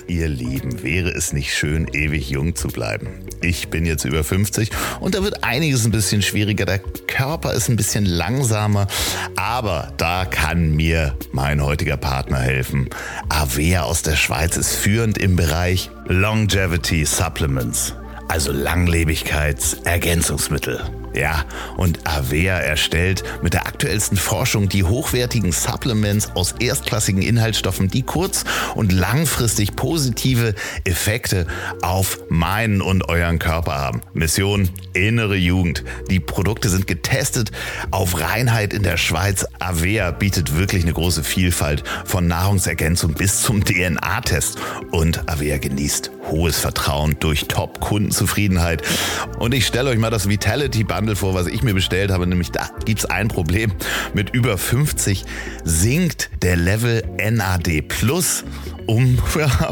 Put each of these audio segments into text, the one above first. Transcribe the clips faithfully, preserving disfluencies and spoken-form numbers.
ihr Lieben, wäre es nicht schön, ewig jung zu bleiben? Ich bin jetzt über fünfzig und da wird einiges ein bisschen schwieriger. Der Körper ist ein bisschen langsamer, aber da kann mir mein heutiger Partner helfen. Avea aus der Schweiz ist führend im Bereich Longevity Supplements, also Langlebigkeitsergänzungsmittel. Ja, und Avea erstellt mit der aktuellsten Forschung die hochwertigen Supplements aus erstklassigen Inhaltsstoffen, die kurz- und langfristig positive Effekte auf meinen und euren Körper haben. Mission: innere Jugend. Die Produkte sind getestet auf Reinheit in der Schweiz. Avea bietet wirklich eine große Vielfalt von Nahrungsergänzung bis zum D N A-Test. Und Avea genießt hohes Vertrauen durch Top-Kundenzufriedenheit. Und ich stelle euch mal das Vitality Bundle vor, was ich mir bestellt habe, nämlich da gibt es ein Problem. Mit über fünfzig sinkt der Level N A D plus um ja,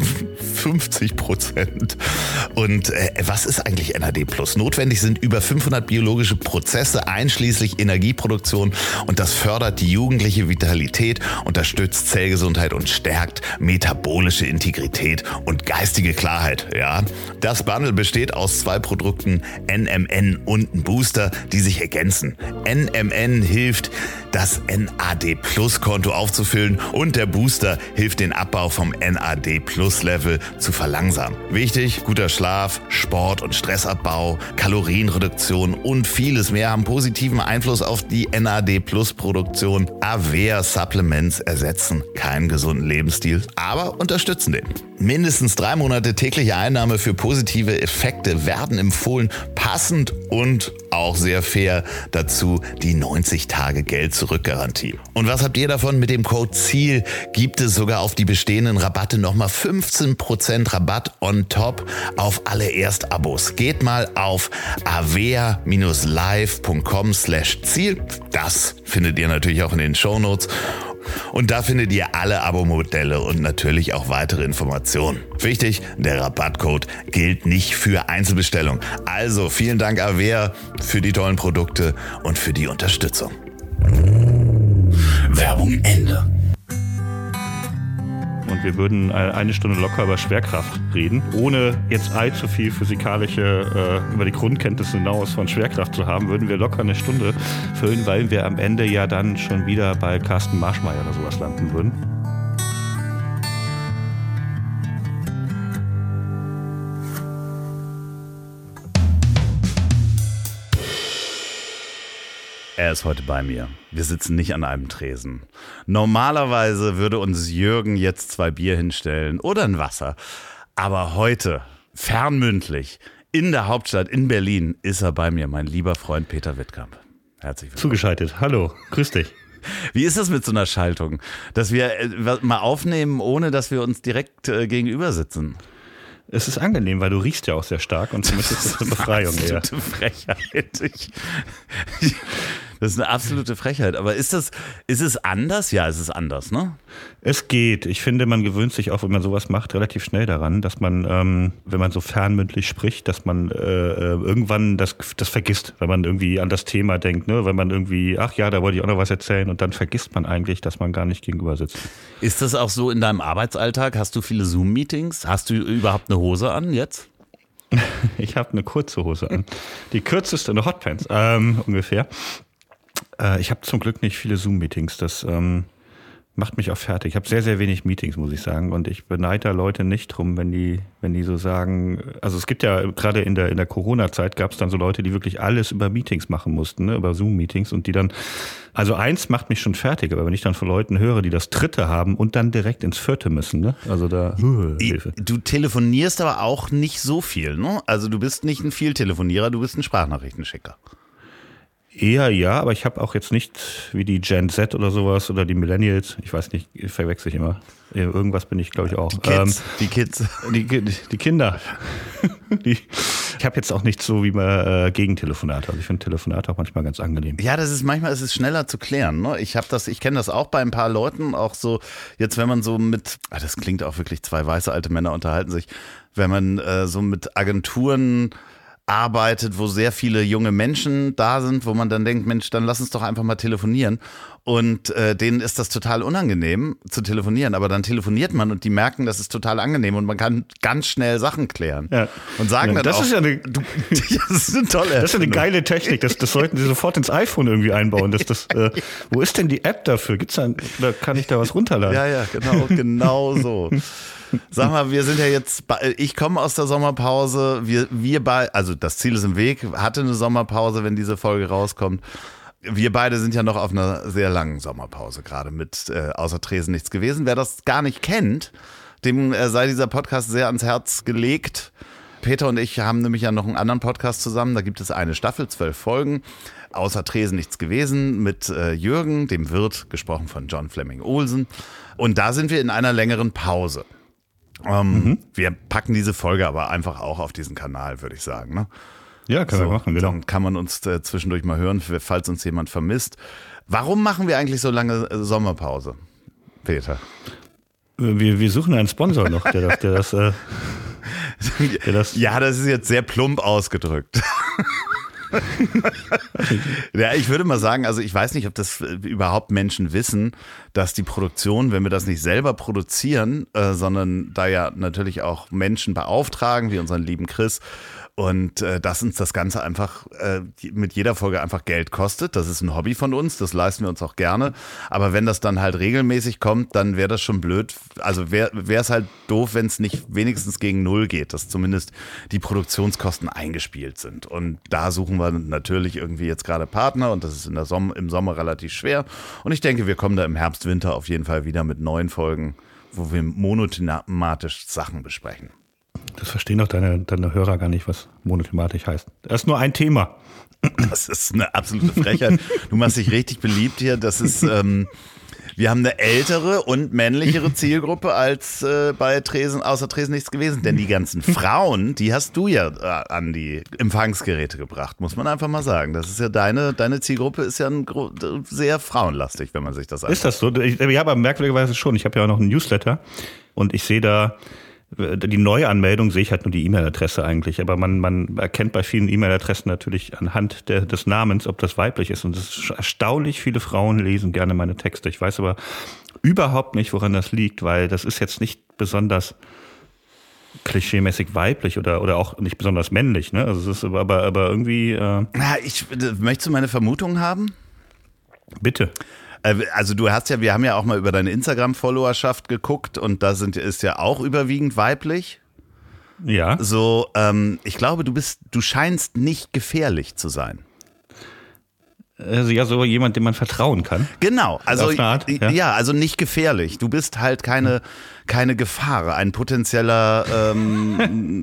fünfzig Prozent. Und äh, was ist eigentlich N A D plus? Notwendig sind über fünfhundert biologische Prozesse, einschließlich Energieproduktion. Und das fördert die jugendliche Vitalität, unterstützt Zellgesundheit und stärkt metabolische Integrität und geistige Klarheit. Ja, das Bundle besteht aus zwei Produkten, N M N und ein Booster, die sich ergänzen. N M N hilft, das N A D plus Konto aufzufüllen und der Booster hilft, den Abbau vom N A D plus Level zu verlangsamen. Wichtig: guter Schlaf, Sport und Stressabbau, Kalorienreduktion und vieles mehr haben positiven Einfluss auf die N A D plus Produktion. Avea Supplements ersetzen keinen gesunden Lebensstil, aber unterstützen den. Mindestens drei Monate tägliche Einnahme für positive Effekte werden empfohlen, passend und auch sehr fair dazu die neunzig Tage Geld-Zurück-Garantie. Und was habt ihr davon? Mit dem Code ZIEL gibt es sogar auf die bestehenden Rabatte nochmal fünfzehn Prozent Rabatt on top auf alle Erstabos. Geht mal auf avea live punkt com slash ziel. Das findet ihr natürlich auch in den Shownotes. Und da findet ihr alle Abo-Modelle und natürlich auch weitere Informationen. Wichtig: der Rabattcode gilt nicht für Einzelbestellung. Also vielen Dank Avea für die tollen Produkte und für die Unterstützung. Werbung Ende. Und wir würden eine Stunde locker über Schwerkraft reden, ohne jetzt allzu viel physikalische, äh, über die Grundkenntnisse hinaus von Schwerkraft zu haben, würden wir locker eine Stunde füllen, weil wir am Ende ja dann schon wieder bei Carsten Marschmeyer oder sowas landen würden. Er ist heute bei mir. Wir sitzen nicht an einem Tresen. Normalerweise würde uns Jürgen jetzt zwei Bier hinstellen oder ein Wasser. Aber heute, fernmündlich, in der Hauptstadt, in Berlin, ist er bei mir, mein lieber Freund Peter Wittkamp. Herzlich willkommen. Zugeschaltet. Hallo, grüß dich. Wie ist das mit so einer Schaltung? Dass wir mal aufnehmen, ohne dass wir uns direkt äh, gegenüber sitzen? Es ist angenehm, weil du riechst ja auch sehr stark und für mich ist das eine Befreiung. Das ist eine absolute Frechheit. Ich, ich, das ist eine absolute Frechheit. Aber ist das, ist es anders? Ja, es ist anders, ne? Es geht. Ich finde, man gewöhnt sich auch, wenn man sowas macht, relativ schnell daran, dass man, ähm, wenn man so fernmündlich spricht, dass man äh, irgendwann das, das vergisst, wenn man irgendwie an das Thema denkt, ne? Wenn man irgendwie, ach ja, da wollte ich auch noch was erzählen und dann vergisst man eigentlich, dass man gar nicht gegenüber sitzt. Ist das auch so in deinem Arbeitsalltag? Hast du viele Zoom-Meetings? Hast du überhaupt eine Hose an jetzt? Ich habe eine kurze Hose an. Die kürzeste, eine Hotpants, ähm, ungefähr. Äh, ich habe zum Glück nicht viele Zoom-Meetings. Das ähm, macht mich auch fertig. Ich habe sehr, sehr wenig Meetings, muss ich sagen. Und ich beneide da Leute nicht drum, wenn die, wenn die so sagen, also es gibt ja gerade in der, in der Corona-Zeit gab es dann so Leute, die wirklich alles über Meetings machen mussten, ne, über Zoom-Meetings und die dann, also eins macht mich schon fertig, aber wenn ich dann von Leuten höre, die das dritte haben und dann direkt ins vierte müssen, ne, also da, uh, Hilfe. Du telefonierst aber auch nicht so viel, ne? Also du bist nicht ein Vieltelefonierer, du bist ein Sprachnachrichtenschicker. Eher ja, aber ich habe auch jetzt nicht wie die Gen Z oder sowas oder die Millennials, ich weiß nicht, verwechsel ich immer. Irgendwas bin ich, glaube ich, auch. Die Kids. Ähm, die, Kids. Die, die Kinder. die, ich habe jetzt auch nicht so wie mal äh, Gegentelefonate. Also ich finde Telefonate auch manchmal ganz angenehm. Ja, das ist manchmal ist es schneller zu klären. Ne? Ich habe das, ich kenne das auch bei ein paar Leuten, auch so, jetzt wenn man so mit, ah, das klingt auch wirklich, zwei weiße alte Männer unterhalten sich, wenn man äh, so mit Agenturen arbeitet, wo sehr viele junge Menschen da sind, wo man dann denkt, Mensch, dann lass uns doch einfach mal telefonieren. und äh, denen ist das total unangenehm zu telefonieren, aber dann telefoniert man und die merken, das ist total angenehm und man kann ganz schnell Sachen klären Ja. und sagen Ja, dann das auch, ist ja eine, du, das ist eine tolle das ist ja eine geile Technik, das, das sollten sie sofort ins iPhone irgendwie einbauen. Das, das, äh, wo ist denn die App dafür? Gibt's da, oder kann ich da was runterladen? Ja, ja, genau, genau so. Sag mal, wir sind ja jetzt, ich komme aus der Sommerpause, wir, wir beide, also das Ziel ist im Weg, hatte eine Sommerpause, wenn diese Folge rauskommt. Wir beide sind ja noch auf einer sehr langen Sommerpause gerade mit äh, Außer Tresen nichts gewesen. Wer das gar nicht kennt, dem äh, sei dieser Podcast sehr ans Herz gelegt. Peter und ich haben nämlich ja noch einen anderen Podcast zusammen, da gibt es eine Staffel, zwölf Folgen. Außer Tresen nichts gewesen mit äh, Jürgen, dem Wirt, gesprochen von John Fleming Olsen. Und da sind wir in einer längeren Pause. Ähm, mhm. Wir packen diese Folge aber einfach auch auf diesen Kanal, würde ich sagen. Ne? Ja, können so, wir machen, genau. Dann kann man uns äh, zwischendurch mal hören, falls uns jemand vermisst. Warum machen wir eigentlich so lange äh, Sommerpause, Peter? Wir, wir suchen einen Sponsor noch, der das... Der das, äh, der das ja, das ist jetzt sehr plump ausgedrückt. Ja, ich würde mal sagen, also ich weiß nicht, ob das überhaupt Menschen wissen, dass die Produktion, wenn wir das nicht selber produzieren, äh, sondern da ja natürlich auch Menschen beauftragen, wie unseren lieben Chris, und äh, dass uns das Ganze einfach äh, mit jeder Folge einfach Geld kostet. Das ist ein Hobby von uns, das leisten wir uns auch gerne. Aber wenn das dann halt regelmäßig kommt, dann wäre das schon blöd. Also wäre es halt doof, wenn es nicht wenigstens gegen Null geht, dass zumindest die Produktionskosten eingespielt sind. Und da suchen wir natürlich irgendwie jetzt gerade Partner und das ist in der Som- im Sommer relativ schwer. Und ich denke, wir kommen da im Herbst, Winter auf jeden Fall wieder mit neuen Folgen, wo wir monothematisch Sachen besprechen. Das verstehen doch deine, deine Hörer gar nicht, was monothematisch heißt. Das ist nur ein Thema. Das ist eine absolute Frechheit. Du machst dich richtig beliebt hier. Das ist, ähm, wir haben eine ältere und männlichere Zielgruppe als äh, bei Tresen, außer Tresen nichts gewesen. Denn die ganzen Frauen, die hast du ja äh, an die Empfangsgeräte gebracht, muss man einfach mal sagen. Das ist ja deine, deine Zielgruppe ist ja ein, sehr frauenlastig, wenn man sich das anschaut. Ist das so? Ich, ja, aber merkwürdigerweise schon. Ich habe ja auch noch einen Newsletter und ich sehe da, die Neuanmeldung sehe ich halt nur die E-Mail-Adresse eigentlich, aber man, man erkennt bei vielen E-Mail-Adressen natürlich anhand der, des Namens, ob das weiblich ist. Und es ist erstaunlich, viele Frauen lesen gerne meine Texte. Ich weiß aber überhaupt nicht, woran das liegt, weil das ist jetzt nicht besonders klischeemäßig weiblich oder, oder auch nicht besonders männlich. Ne? Also es ist aber, aber irgendwie... Äh Na, ich, möchtest du meine Vermutung haben? Bitte. Also du hast ja, wir haben ja auch mal über deine Instagram-Followerschaft geguckt und da sind, ist ja auch überwiegend weiblich. Ja. So, ähm, ich glaube, du bist, du scheinst nicht gefährlich zu sein. Also ja, so jemand, dem man vertrauen kann. Genau, also Auf eine Art, ja. ja, also nicht gefährlich. Du bist halt keine, keine Gefahr, ein potenzieller, ähm,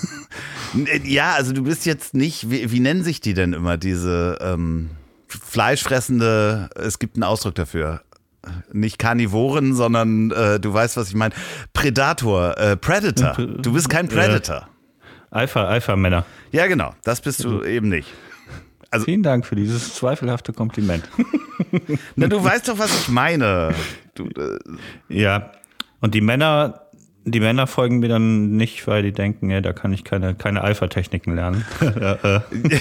ja, also du bist jetzt nicht, wie, wie nennen sich die denn immer, diese, ähm, Fleischfressende, es gibt einen Ausdruck dafür. Nicht Karnivoren, sondern äh, du weißt, was ich meine. Predator, äh, Predator. Du bist kein Predator. Äh, Alpha, Alpha-Männer. Ja, genau. Das bist du eben nicht. Also, vielen Dank für dieses zweifelhafte Kompliment. Na, du weißt doch, was ich meine. Du, äh, ja, und die Männer... Die Männer folgen mir dann nicht, weil die denken, ja, da kann ich keine, keine Alpha-Techniken lernen. ja,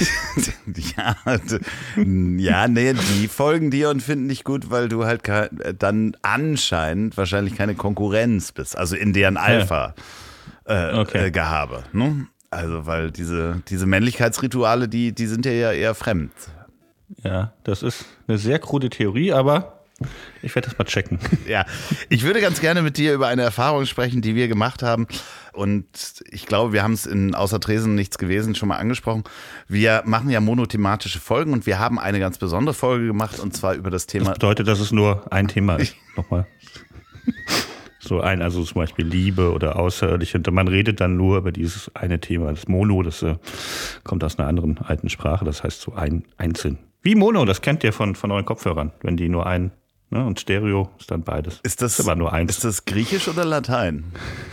ja, nee, die folgen dir und finden dich gut, weil du halt dann anscheinend wahrscheinlich keine Konkurrenz bist, also in deren Alpha-Gehabe. Äh, okay. äh, ne? Also, weil diese, diese Männlichkeitsrituale, die, die sind dir ja eher fremd. Ja, das ist eine sehr krude Theorie, aber... Ich werde das mal checken. Ja, ich würde ganz gerne mit dir über eine Erfahrung sprechen, die wir gemacht haben. Und ich glaube, wir haben es in Außer Tresen nichts gewesen schon mal angesprochen. Wir machen ja monothematische Folgen und wir haben eine ganz besondere Folge gemacht und zwar über das Thema. Das bedeutet, dass es nur ein Thema ist. Nochmal. So ein, also zum Beispiel Liebe oder Außerirdische. Und man redet dann nur über dieses eine Thema. Das Mono, das äh, kommt aus einer anderen alten Sprache. Das heißt so ein einzeln. Wie Mono, das kennt ihr von, von euren Kopfhörern, wenn die nur ein Ne? Und Stereo ist dann beides. Ist das, ist aber nur eins. Ist das Griechisch oder Latein?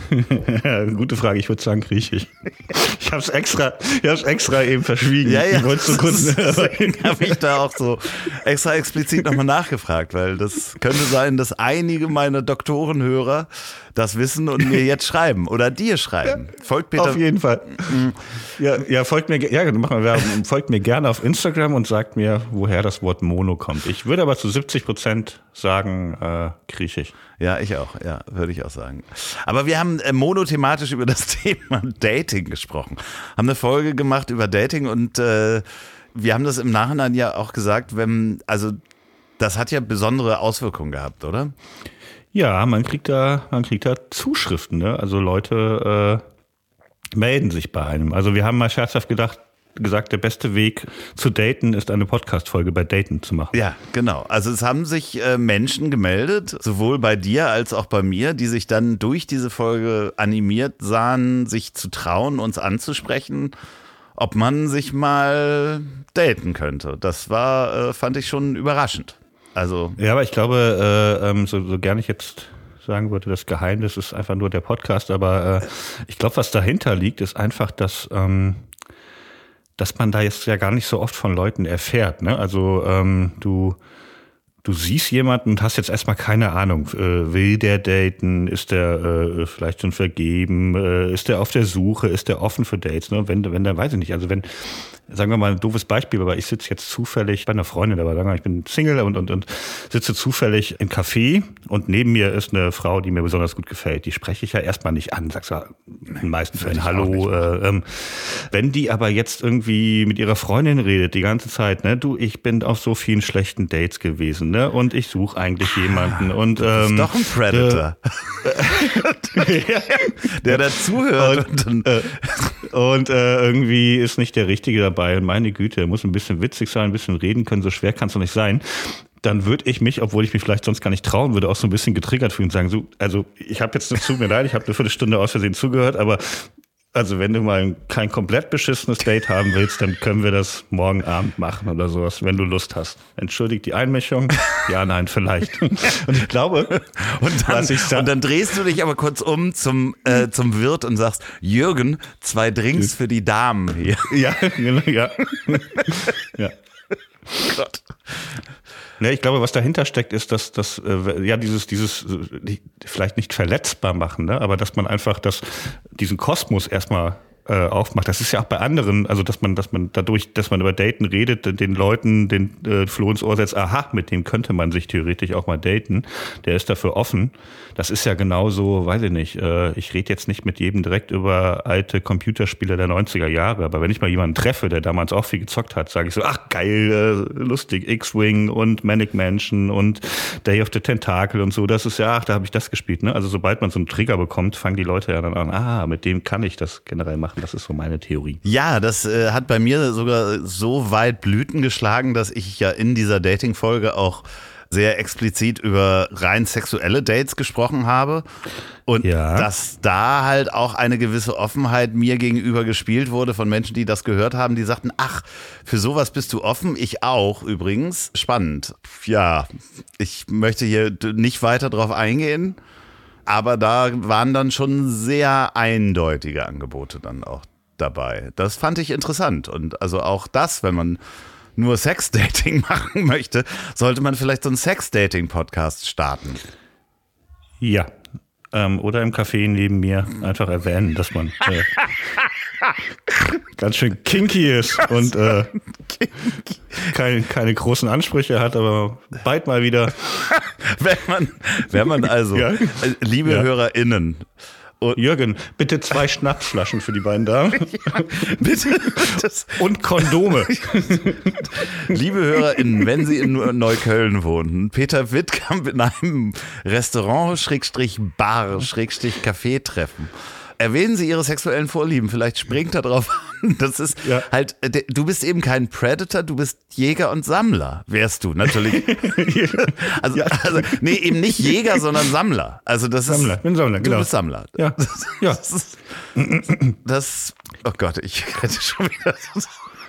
Gute Frage, ich würde sagen Griechisch. Ich habe es extra, ich hab's extra eben verschwiegen. Ja, ja. Ich wollte so kurz. Habe ich da auch so extra explizit nochmal nachgefragt, weil das könnte sein, dass einige meiner Doktorenhörer das wissen und mir jetzt schreiben oder dir schreiben. Folgt Peter. Auf jeden Fall. Ja, ja, folgt mir, ja, machen wir, folgt mir gerne auf Instagram und sagt mir, woher das Wort Mono kommt. Ich würde aber zu siebzig Prozent sagen äh, Griechisch. Ja, ich auch, ja, würde ich auch sagen. Aber wir haben äh, monothematisch über das Thema Dating gesprochen. Haben eine Folge gemacht über Dating und äh, wir haben das im Nachhinein ja auch gesagt, wenn, also das hat ja besondere Auswirkungen gehabt, oder? Ja, man kriegt da, man kriegt da Zuschriften, ne? Also Leute äh, melden sich bei einem. Also wir haben mal scherzhaft gedacht, gesagt, der beste Weg zu daten ist eine Podcast-Folge bei Daten zu machen. Ja, genau. Also es haben sich äh, Menschen gemeldet, sowohl bei dir als auch bei mir, die sich dann durch diese Folge animiert sahen, sich zu trauen, uns anzusprechen, ob man sich mal daten könnte. Das war, äh, fand ich schon überraschend. Also ja, aber ich glaube, äh, so, so gerne ich jetzt sagen würde, das Geheimnis ist einfach nur der Podcast, aber äh, ich glaube, was dahinter liegt, ist einfach, dass ähm, dass man da jetzt ja gar nicht so oft von Leuten erfährt. Ne? Also ähm, du du siehst jemanden und hast jetzt erstmal keine Ahnung, äh, will der daten, ist der äh, vielleicht schon vergeben, äh, ist der auf der Suche, ist der offen für Dates? Ne? Wenn, wenn der, weiß ich nicht, also wenn, sagen wir mal ein doofes Beispiel, aber ich sitze jetzt zufällig bei einer Freundin, aber sagen wir, ich bin Single und, und, und sitze zufällig im Café und neben mir ist eine Frau, die mir besonders gut gefällt. Die spreche ich ja erstmal nicht an, sagst du in den meisten Fällen Hallo. Äh, ähm, wenn die aber jetzt irgendwie mit ihrer Freundin redet die ganze Zeit, ne, du, ich bin auf so vielen schlechten Dates gewesen, ne, und ich suche eigentlich jemanden und du bist ähm, doch ein Predator, äh, der dazuhört und, und, äh, und äh, irgendwie ist nicht der Richtige dabei. Meine Güte, er muss ein bisschen witzig sein, ein bisschen reden können, so schwer kann es doch nicht sein. Dann würde ich mich, obwohl ich mich vielleicht sonst gar nicht trauen würde, auch so ein bisschen getriggert fühlen und sagen, so, also ich habe jetzt, es tut mir leid, ich habe eine Viertelstunde aus Versehen zugehört, aber also wenn du mal kein komplett beschissenes Date haben willst, dann können wir das morgen Abend machen oder sowas, wenn du Lust hast. Entschuldigt die Einmischung? Ja, nein, vielleicht. Und ich glaube, und dann, ich sag, und dann drehst du dich aber kurz um zum, äh, zum Wirt und sagst, Jürgen, zwei Drinks für die Damen hier. Ja, genau, ja. Ja. Gott. Ja, ich glaube, was dahinter steckt, ist, dass das äh, ja dieses dieses äh, vielleicht nicht verletzbar machen, ne? Aber dass man einfach das diesen Kosmos erstmal äh, aufmacht. Das ist ja auch bei anderen, also dass man dass man dadurch, dass man über Daten redet, den Leuten den äh, Floh ins Ohr setzt, aha, mit dem könnte man sich theoretisch auch mal daten. Der ist dafür offen. Das ist ja genauso, weiß ich nicht, äh, ich rede jetzt nicht mit jedem direkt über alte Computerspiele der neunziger Jahre, aber wenn ich mal jemanden treffe, der damals auch viel gezockt hat, sage ich so, ach geil, äh, lustig, X-Wing und Manic Mansion und Day of the Tentacle und so, das ist ja, ach, da habe ich das gespielt. Ne? Also sobald man so einen Trigger bekommt, fangen die Leute ja dann an, ah, mit dem kann ich das generell machen. Das ist so meine Theorie. Ja, das äh, hat bei mir sogar so weit Blüten geschlagen, dass ich ja in dieser Dating-Folge auch sehr explizit über rein sexuelle Dates gesprochen habe und ja. dass da halt auch eine gewisse Offenheit mir gegenüber gespielt wurde von Menschen, die das gehört haben, die sagten, ach, für sowas bist du offen, ich auch übrigens. Spannend. Ja, ich möchte hier nicht weiter drauf eingehen, aber da waren dann schon sehr eindeutige Angebote dann auch dabei. Das fand ich interessant und also auch das, wenn man nur Sex-Dating machen möchte, sollte man vielleicht so einen Sex-Dating-Podcast starten. Ja, ähm, oder im Café neben mir einfach erwähnen, dass man äh, ganz schön kinky ist und äh, keine, keine großen Ansprüche hat, aber bald mal wieder. wenn man, wenn man also, ja. liebe ja. HörerInnen, Und Jürgen, bitte zwei Schnapsflaschen für die beiden Damen. Ja, bitte. Das und Kondome. Liebe HörerInnen, wenn Sie in Neukölln wohnen, Peter Wittkamp in einem Restaurant, Schrägstrich Bar, Schrägstrich Café treffen. Erwähnen Sie Ihre sexuellen Vorlieben, vielleicht springt er drauf an. Das ist ja. halt, du bist eben kein Predator, du bist Jäger und Sammler, wärst du natürlich. also, ja. also, nee, eben nicht Jäger, sondern Sammler. Also das Sammler, ist, ich bin Sammler, du genau. bist Sammler. Ja. Das, ja. Das, ist, das, oh Gott, ich hätte schon wieder.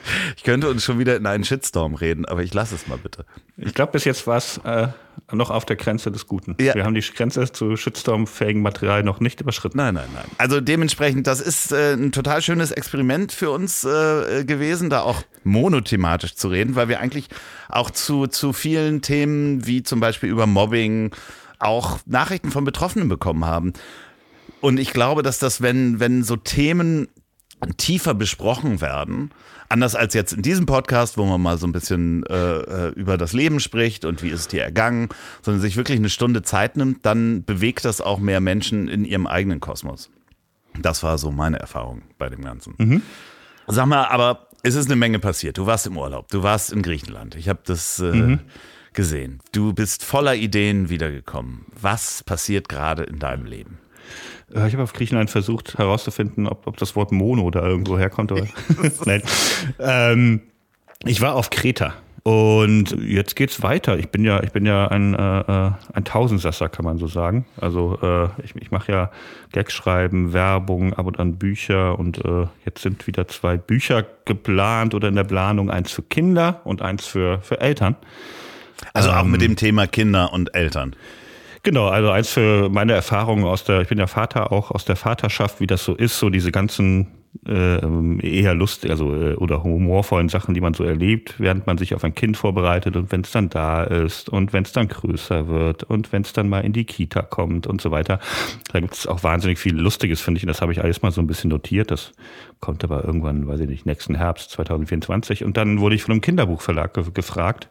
Ich könnte uns schon wieder in einen Shitstorm reden, aber ich lasse es mal bitte. Ich glaube, bis jetzt war es äh, noch auf der Grenze des Guten. Ja. Wir haben die Grenze zu Shitstorm-fähigen Material noch nicht überschritten. Nein, nein, nein. Also dementsprechend, das ist äh, ein total schönes Experiment für uns äh, gewesen, da auch monothematisch zu reden, weil wir eigentlich auch zu, zu vielen Themen, wie zum Beispiel über Mobbing, auch Nachrichten von Betroffenen bekommen haben. Und ich glaube, dass das, wenn, wenn so Themen tiefer besprochen werden, anders als jetzt in diesem Podcast, wo man mal so ein bisschen äh, über das Leben spricht und wie ist es dir ergangen, sondern sich wirklich eine Stunde Zeit nimmt, dann bewegt das auch mehr Menschen in ihrem eigenen Kosmos. Das war so meine Erfahrung bei dem Ganzen. Mhm. Sag mal, aber es ist eine Menge passiert. Du warst im Urlaub, du warst in Griechenland. Ich habe das äh, mhm. gesehen. Du bist voller Ideen wiedergekommen. Was passiert gerade in deinem Leben? Ich habe auf Griechenland versucht herauszufinden, ob, ob das Wort Mono da irgendwo herkommt. Aber nein. Ähm, ich war auf Kreta und jetzt geht's weiter. Ich bin ja, ich bin ja ein, äh, ein Tausendsasser, kann man so sagen. Also äh, ich, ich mache ja Gags schreiben, Werbung, ab und an Bücher und äh, jetzt sind wieder zwei Bücher geplant oder in der Planung, eins für Kinder und eins für, für Eltern. Also auch ähm, mit dem Thema Kinder und Eltern. Genau, also eins für meine Erfahrungen aus der, ich bin ja Vater auch aus der Vaterschaft, wie das so ist, so diese ganzen äh, eher lustig, also äh, oder humorvollen Sachen, die man so erlebt, während man sich auf ein Kind vorbereitet und wenn es dann da ist und wenn es dann größer wird und wenn es dann mal in die Kita kommt und so weiter. Da gibt es auch wahnsinnig viel Lustiges, finde ich, und das habe ich alles mal so ein bisschen notiert. Das kommt aber irgendwann, weiß ich nicht, nächsten Herbst zwanzig vierundzwanzig und dann wurde ich von einem Kinderbuchverlag ge- gefragt,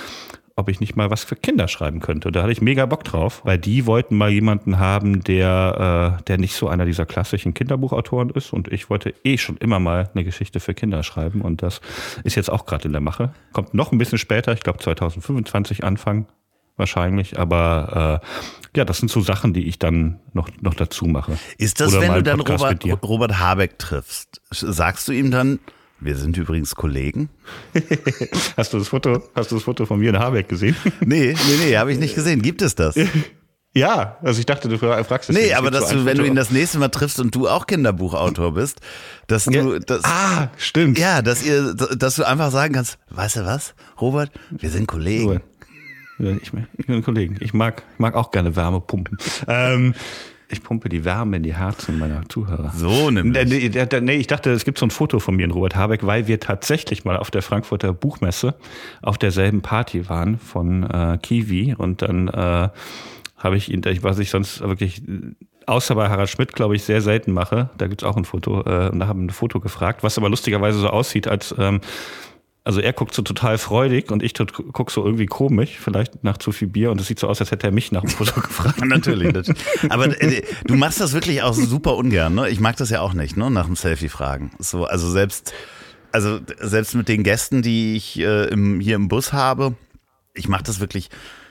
ob ich nicht mal was für Kinder schreiben könnte. Da hatte ich mega Bock drauf, weil die wollten mal jemanden haben, der, äh, der nicht so einer dieser klassischen Kinderbuchautoren ist. Und ich wollte eh schon immer mal eine Geschichte für Kinder schreiben. Und das ist jetzt auch gerade in der Mache. Kommt noch ein bisschen später, ich glaube zwanzig fünfundzwanzig Anfang wahrscheinlich. Aber äh, ja, das sind so Sachen, die ich dann noch, noch dazu mache. Ist das, oder wenn du dann Robert, Robert Habeck triffst, sagst du ihm dann, wir sind übrigens Kollegen? Hast du das Foto, hast du das Foto von mir in Habeck gesehen? Nee, nee, nee, habe ich nicht gesehen. Gibt es das? Ja, also ich dachte, du fragst es. Nee, aber dass so du, wenn Foto. Du ihn das nächste Mal triffst und du auch Kinderbuchautor bist, dass du, ja. das, ah, stimmt. Ja, dass ihr, dass du einfach sagen kannst, weißt du was, Robert, wir sind Kollegen. Ja, ich, ich bin Kollegen. Ich mag, mag auch gerne Wärmepumpen. ähm, Ich pumpe die Wärme in die Herzen meiner Zuhörer. So nämlich. Nee, nee, ich dachte, es gibt so ein Foto von mir und Robert Habeck, weil wir tatsächlich mal auf der Frankfurter Buchmesse auf derselben Party waren von äh, Kiwi. Und dann äh, habe ich ihn, was ich sonst wirklich, außer bei Harald Schmidt, glaube ich, sehr selten mache, da gibt's auch ein Foto, äh, und da haben wir ein Foto gefragt, was aber lustigerweise so aussieht, als ähm, also er guckt so total freudig und ich gucke so irgendwie komisch, vielleicht nach zu viel Bier und es sieht so aus, als hätte er mich nach dem Foto gefragt. natürlich, natürlich. Aber äh, du machst das wirklich auch super ungern, ne? Ich mag das ja auch nicht, ne? Nach dem Selfie fragen. So, also selbst, also selbst mit den Gästen, die ich äh, im, hier im Bus habe, ich mache das wirklich.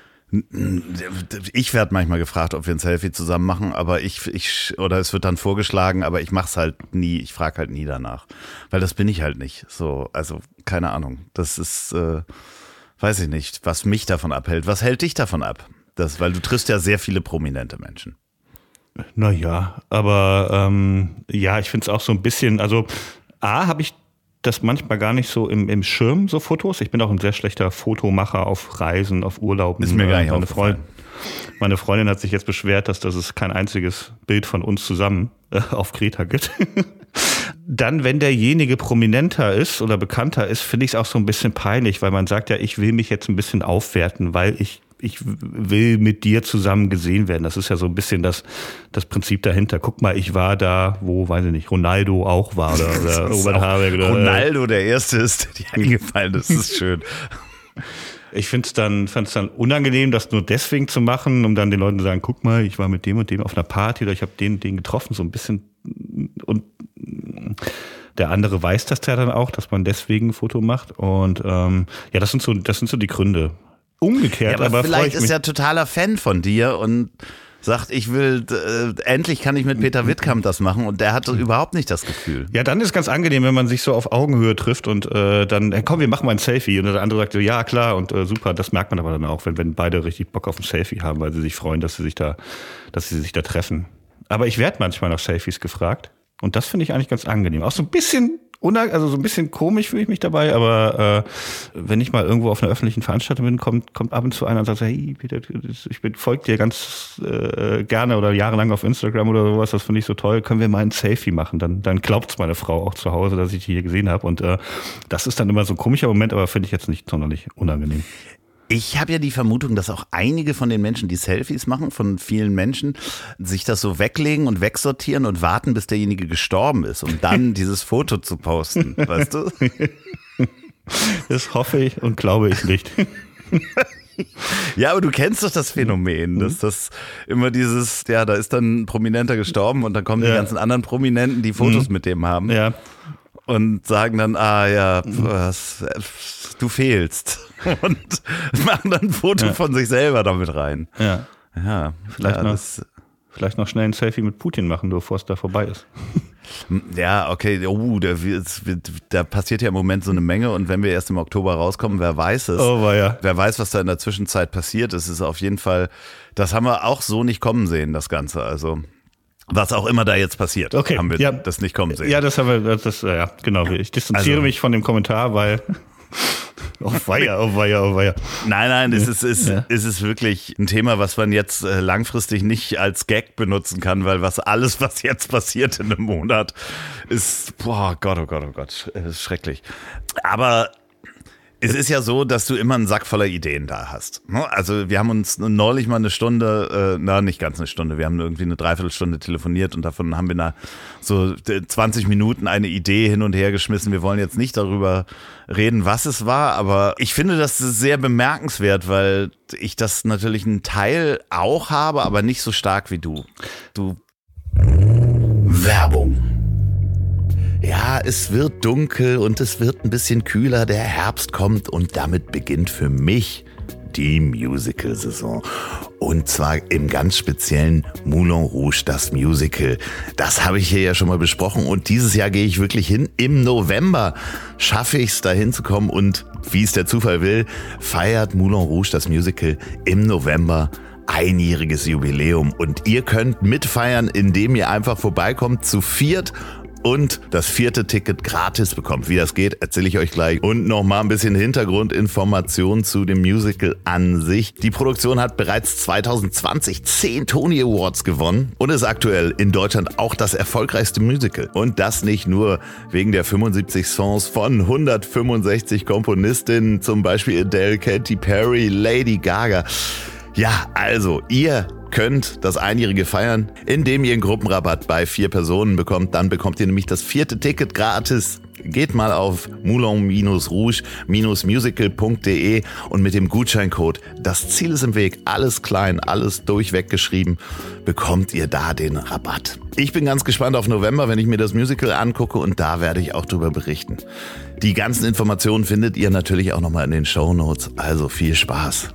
Ich werde manchmal gefragt, ob wir ein Selfie zusammen machen, aber ich, ich oder es wird dann vorgeschlagen, aber ich mache es halt nie, ich frage halt nie danach, weil das bin ich halt nicht. So, also keine Ahnung. Das ist, äh, weiß ich nicht, was mich davon abhält. Was hält dich davon ab? Das, weil du triffst ja sehr viele prominente Menschen. Naja, aber ähm, ja, ich finde es auch so ein bisschen, also A, habe ich das manchmal gar nicht so im, im Schirm, so Fotos. Ich bin auch ein sehr schlechter Fotomacher auf Reisen, auf Urlauben. Ist mir gar nicht meine Freundin, meine Freundin hat sich jetzt beschwert, dass, dass es kein einziges Bild von uns zusammen äh, auf Kreta gibt. Dann, wenn derjenige prominenter ist oder bekannter ist, finde ich es auch so ein bisschen peinlich, weil man sagt ja, ich will mich jetzt ein bisschen aufwerten, weil ich ich will mit dir zusammen gesehen werden. Das ist ja so ein bisschen das, das Prinzip dahinter. Guck mal, ich war da, wo, weiß ich nicht, Ronaldo auch war oder, oder Robert Habeck. Oder Ronaldo der Erste ist, der dir eingefallen ist. Das ist schön. Ich finde es dann, fand's dann unangenehm, das nur deswegen zu machen, um dann den Leuten zu sagen, guck mal, ich war mit dem und dem auf einer Party oder ich habe den und den getroffen, so ein bisschen. Und der andere weiß das ja dann auch, dass man deswegen ein Foto macht. Und ähm, ja, das sind so, das sind so die Gründe. Umgekehrt, ja, aber, aber vielleicht ist er totaler Fan von dir und sagt, ich will, äh, endlich kann ich mit Peter Wittkamp das machen und der hat überhaupt nicht das Gefühl. Ja, dann ist es ganz angenehm, wenn man sich so auf Augenhöhe trifft und äh, dann, hey, komm, wir machen mal ein Selfie und der andere sagt, ja klar und äh, super, das merkt man aber dann auch, wenn, wenn beide richtig Bock auf ein Selfie haben, weil sie sich freuen, dass sie sich da, dass sie sich da treffen. Aber ich werde manchmal nach Selfies gefragt und das finde ich eigentlich ganz angenehm. Auch so ein bisschen unang- also so ein bisschen komisch fühle ich mich dabei, aber äh, wenn ich mal irgendwo auf einer öffentlichen Veranstaltung bin, kommt, kommt ab und zu einer und sagt, hey Peter, ich bin, folge dir ganz äh, gerne oder jahrelang auf Instagram oder sowas, das finde ich so toll, können wir mal ein Selfie machen? Dann, dann glaubt's meine Frau auch zu Hause, dass ich die hier gesehen habe und äh, das ist dann immer so ein komischer Moment, aber finde ich jetzt nicht sonderlich unangenehm. Ich habe ja die Vermutung, dass auch einige von den Menschen, die Selfies machen, von vielen Menschen, sich das so weglegen und wegsortieren und warten, bis derjenige gestorben ist, um dann dieses Foto zu posten, weißt du? Das hoffe ich und glaube ich nicht. Ja, aber du kennst doch das Phänomen, dass das immer dieses, ja, da ist dann ein Prominenter gestorben und dann kommen ja. die ganzen anderen Prominenten, die Fotos mhm. mit dem haben. Ja. Und sagen dann, ah ja, was, du fehlst. Und machen dann ein Foto ja. von sich selber damit rein. Ja. Ja, vielleicht, ja, noch, das, vielleicht noch schnell ein Selfie mit Putin machen, bevor es da vorbei ist. Ja, okay, oh, da, da passiert ja im Moment so eine Menge und wenn wir erst im Oktober rauskommen, wer weiß es. Oh, ja. Wer weiß, was da in der Zwischenzeit passiert. Es ist auf jeden Fall, das haben wir auch so nicht kommen sehen, das Ganze. Also was auch immer da jetzt passiert, okay. haben wir ja. das nicht kommen sehen. Ja, das haben wir, das, ja, genau. Ich distanziere also, mich von dem Kommentar, weil oh weia, oh weia, oh weia. Nein, nein, es ist, ist, ja. es ist wirklich ein Thema, was man jetzt langfristig nicht als Gag benutzen kann, weil was alles, was jetzt passiert in einem Monat, ist, boah, Gott, oh Gott, oh Gott, ist schrecklich. Aber es ist ja so, dass du immer einen Sack voller Ideen da hast. Also wir haben uns neulich mal eine Stunde, äh, na nicht ganz eine Stunde, wir haben irgendwie eine Dreiviertelstunde telefoniert und davon haben wir na so zwanzig Minuten eine Idee hin und her geschmissen. Wir wollen jetzt nicht darüber reden, was es war, aber ich finde das sehr bemerkenswert, weil ich das natürlich einen Teil auch habe, aber nicht so stark wie du. Du Werbung. Ja, es wird dunkel und es wird ein bisschen kühler, der Herbst kommt und damit beginnt für mich die Musical-Saison. Und zwar im ganz speziellen Moulin Rouge, das Musical. Das habe ich hier ja schon mal besprochen und dieses Jahr gehe ich wirklich hin. Im November schaffe ich es, da hinzukommen und wie es der Zufall will, feiert Moulin Rouge, das Musical, im November einjähriges Jubiläum. Und ihr könnt mitfeiern, indem ihr einfach vorbeikommt zu viert und das vierte Ticket gratis bekommt. Wie das geht, erzähle ich euch gleich. Und noch mal ein bisschen Hintergrundinformationen zu dem Musical an sich. Die Produktion hat bereits zwanzig zwanzig zehn Tony Awards gewonnen und ist aktuell in Deutschland auch das erfolgreichste Musical. Und das nicht nur wegen der fünfundsiebzig Songs von hundertfünfundsechzig Komponistinnen, zum Beispiel Adele, Katy Perry, Lady Gaga. Ja, also ihr könnt das Einjährige feiern, indem ihr einen Gruppenrabatt bei vier Personen bekommt. Dann bekommt ihr nämlich das vierte Ticket gratis. Geht mal auf moulin rouge musical punkt de und mit dem Gutscheincode Das Ziel ist im Weg, alles klein, alles durchweg geschrieben, bekommt ihr da den Rabatt. Ich bin ganz gespannt auf November, wenn ich mir das Musical angucke und da werde ich auch drüber berichten. Die ganzen Informationen findet ihr natürlich auch nochmal in den Shownotes, also viel Spaß.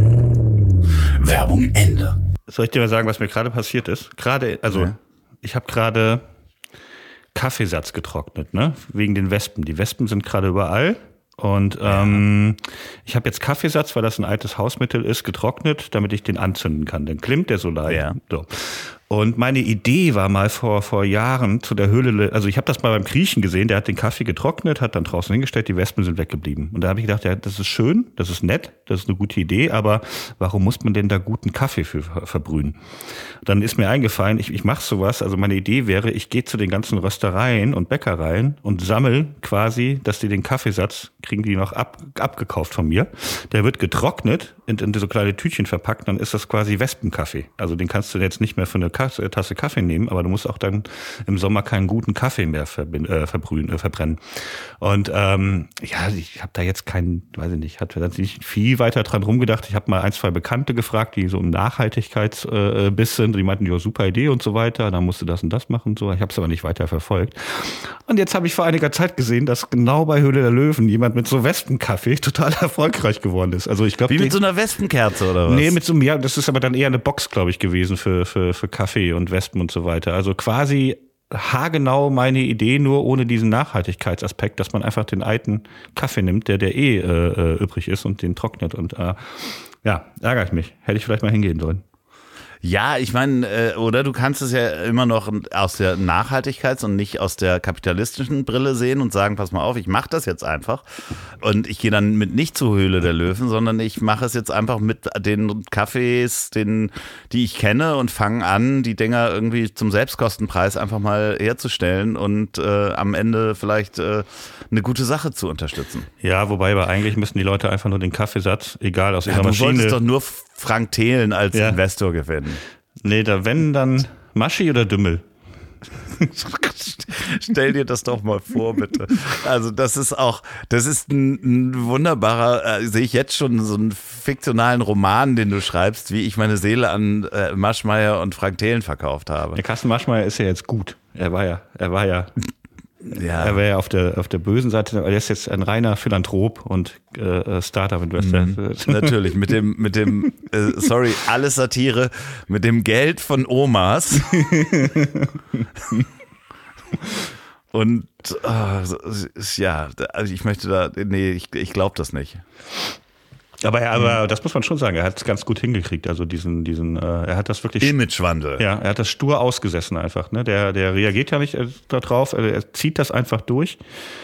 Werbung Ende. Soll ich dir mal sagen, was mir gerade passiert ist? Gerade, also ja. ich habe gerade Kaffeesatz getrocknet, ne? Wegen den Wespen. Die Wespen sind gerade überall. Und ähm, ja. ich habe jetzt Kaffeesatz, weil das ein altes Hausmittel ist, getrocknet, damit ich den anzünden kann. Dann klimmt der so leicht. Ja. So. Und meine Idee war mal vor vor Jahren zu der Höhle, also ich habe das mal beim Griechen gesehen, der hat den Kaffee getrocknet, hat dann draußen hingestellt, die Wespen sind weggeblieben. Und da habe ich gedacht, ja, das ist schön, das ist nett, das ist eine gute Idee, aber warum muss man denn da guten Kaffee für verbrühen? Dann ist mir eingefallen, ich, ich mache sowas, also meine Idee wäre, ich gehe zu den ganzen Röstereien und Bäckereien und sammle quasi, dass die den Kaffeesatz, kriegen die noch ab, abgekauft von mir. Der wird getrocknet, in, in so kleine Tütchen verpackt, dann ist das quasi Wespenkaffee. Also den kannst du jetzt nicht mehr für eine Tasse Kaffee nehmen, aber du musst auch dann im Sommer keinen guten Kaffee mehr verbind, äh, verbrühen, äh, verbrennen. Und ähm, ja, ich habe da jetzt keinen, weiß ich nicht, hatte nicht viel weiter dran rumgedacht. Ich habe mal ein, zwei Bekannte gefragt, die so im Nachhaltigkeitsbiss sind. Die meinten, ja, super Idee und so weiter. Dann musst du das und das machen und so. Ich habe es aber nicht weiter verfolgt. Und jetzt habe ich vor einiger Zeit gesehen, dass genau bei Höhle der Löwen jemand mit so Wespenkaffee total erfolgreich geworden ist. Also ich glaube, wie mit so einer Wespenkerze oder was? Nee, mit so einem, ja, das ist aber dann eher eine Box, glaube ich, gewesen für für für Kaffee und Wespen und so weiter. Also quasi haargenau meine Idee, nur ohne diesen Nachhaltigkeitsaspekt, dass man einfach den alten Kaffee nimmt, der der eh äh, übrig ist und den trocknet. Und äh, ja, ärgere ich mich. Hätte ich vielleicht mal hingehen sollen. Ja, ich meine, äh, oder du kannst es ja immer noch aus der Nachhaltigkeits- und nicht aus der kapitalistischen Brille sehen und sagen, pass mal auf, ich mache das jetzt einfach und ich gehe dann mit nicht zur Höhle der Löwen, sondern ich mache es jetzt einfach mit den Cafés, den, die ich kenne und fange an, die Dinger irgendwie zum Selbstkostenpreis einfach mal herzustellen und äh, am Ende vielleicht äh, eine gute Sache zu unterstützen. Ja, wobei aber eigentlich müssen die Leute einfach nur den Kaffeesatz, egal aus ihrer ja, du Maschine. Du wolltest doch nur Frank Thelen als ja. Investor gewinnen. Nee, da wenn, dann Maschi oder Dümmel. Stell dir das doch mal vor, bitte. Also das ist auch, das ist ein, ein wunderbarer, äh, sehe ich jetzt schon so einen fiktionalen Roman, den du schreibst, wie ich meine Seele an äh, Maschmeyer und Frank Thelen verkauft habe. Der Carsten Maschmeyer ist ja jetzt gut. Er war ja, er war ja... Ja. Er wäre ja auf der, auf der bösen Seite, er ist jetzt ein reiner Philanthrop und äh, Startup-Investor. Mhm. Natürlich, mit dem, mit dem, äh, sorry, alles Satire, mit dem Geld von Omas. Und äh, ja, also ich möchte da, nee, ich, ich glaube das nicht. Aber, er, aber das muss man schon sagen, er hat es ganz gut hingekriegt. Also diesen, diesen, äh, er hat das wirklich. Imagewandel. Ja, er hat das stur ausgesessen einfach. Ne? Der, der reagiert ja nicht äh, darauf, er, er zieht das einfach durch.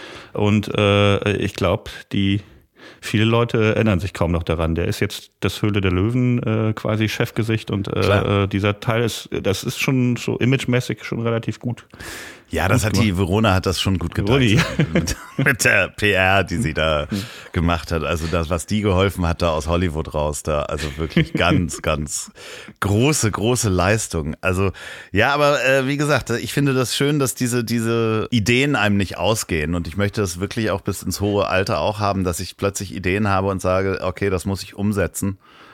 Und äh, ich glaube, die viele Leute erinnern sich kaum noch daran. Der ist jetzt das Höhle der Löwen äh, quasi Chefgesicht und äh, dieser Teil ist, das ist schon so imagemäßig schon relativ gut. Ja, das hat die, Verona hat das schon gut getan. Mit, mit der P R, die sie da gemacht hat. Also das, was die geholfen hat, da aus Hollywood raus, da, also wirklich ganz, ganz große, große Leistung. Also, ja, aber äh, wie gesagt, ich finde das schön, dass diese, diese Ideen einem nicht ausgehen. Und ich möchte das wirklich auch bis ins hohe Alter auch haben, dass ich plötzlich Ideen habe und sage, okay, das muss ich umsetzen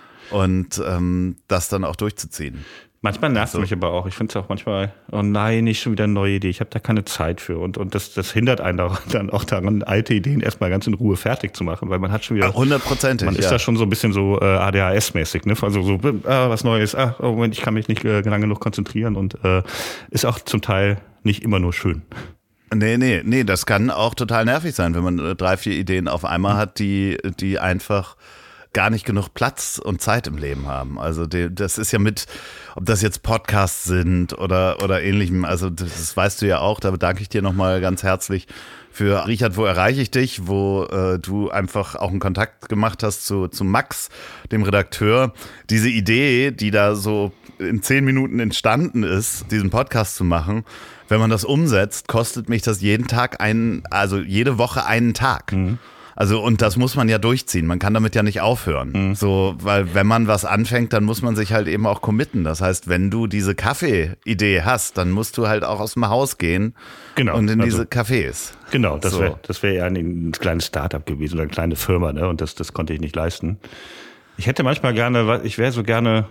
und ähm, das dann auch durchzuziehen. Manchmal nervt es so. mich aber auch. Ich finde es auch manchmal, oh nein, nicht schon wieder eine neue Idee. Ich habe da keine Zeit für. Und, und das, das hindert einen auch, dann auch daran, alte Ideen erstmal ganz in Ruhe fertig zu machen, weil man hat schon wieder. Hundertprozentig. Man ist ja. da schon so ein bisschen so äh, A D H S-mäßig, ne? Also so, ah, was Neues, ah, oh Moment, ich kann mich nicht äh, lange genug konzentrieren und äh, ist auch zum Teil nicht immer nur schön. Nee, nee, nee, das kann auch total nervig sein, wenn man äh, drei, vier Ideen auf einmal hat, die, die einfach gar nicht genug Platz und Zeit im Leben haben. Also die, das ist ja mit, ob das jetzt Podcasts sind oder, oder ähnlichem, also das, das weißt du ja auch, da bedanke ich dir nochmal ganz herzlich für Richard, wo erreiche ich dich, wo äh, du einfach auch einen Kontakt gemacht hast zu, zu Max, dem Redakteur. Diese Idee, die da so in zehn Minuten entstanden ist, diesen Podcast zu machen, wenn man das umsetzt, kostet mich das jeden Tag einen, also jede Woche einen Tag. Mhm. Also, und das muss man ja durchziehen. Man kann damit ja nicht aufhören. Mhm. So, weil wenn man was anfängt, dann muss man sich halt eben auch committen. Das heißt, wenn du diese Kaffee-Idee hast, dann musst du halt auch aus dem Haus gehen genau, und in also, diese Cafés. Genau, das so. wäre das wär ja ein, ein kleines Startup gewesen oder eine kleine Firma, ne? Und das, das konnte ich nicht leisten. Ich hätte manchmal gerne, ich wäre so gerne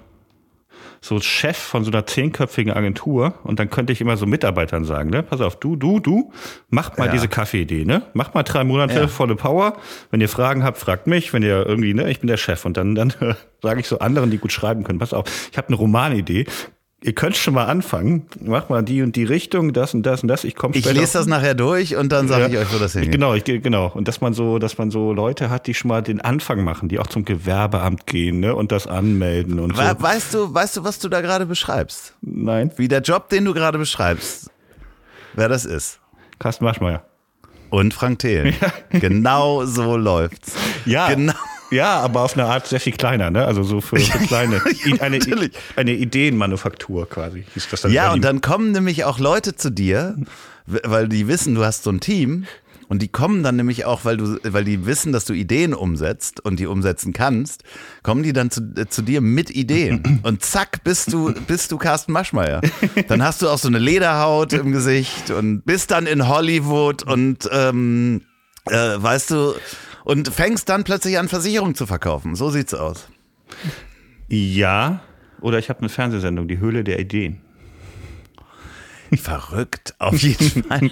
so Chef von so einer zehnköpfigen Agentur und dann könnte ich immer so Mitarbeitern sagen, ne, pass auf, du, du, du, macht mal ja. diese Kaffeeidee, ne, macht mal drei Monate ja. volle Power, wenn ihr Fragen habt, fragt mich, wenn ihr irgendwie, ne, ich bin der Chef und dann, dann äh, sage ich so anderen, die gut schreiben können, pass auf, ich habe eine Romanidee, ihr könnt schon mal anfangen, macht mal die und die Richtung, das und das und das, ich komme später. Ich lese das nachher durch und dann sage ja. ich euch, wo das hingeht. Genau, ich, genau. Und dass man so, dass man so Leute hat, die schon mal den Anfang machen, die auch zum Gewerbeamt gehen, ne, und das anmelden und We- so. Weißt du, weißt du, was du da gerade beschreibst? Nein. Wie der Job, den du gerade beschreibst, wer das ist? Carsten Maschmeyer. Und Frank Thelen. Ja. Genau so läuft's. Ja. Genau. Ja, aber auf eine Art sehr viel kleiner, ne? Also so für, für kleine, ja, eine, eine Ideenmanufaktur quasi hieß das dann. Ja, und dann kommen nämlich auch Leute zu dir, weil die wissen, du hast so ein Team und die kommen dann nämlich auch, weil du, weil die wissen, dass du Ideen umsetzt und die umsetzen kannst, kommen die dann zu, äh, zu dir mit Ideen und zack, bist du, bist du Carsten Maschmeyer. Dann hast du auch so eine Lederhaut im Gesicht und bist dann in Hollywood und ähm, äh, weißt du, und fängst dann plötzlich an, Versicherungen zu verkaufen. So sieht's aus. Ja, oder ich habe eine Fernsehsendung, die Höhle der Ideen. Verrückt, auf jeden Fall.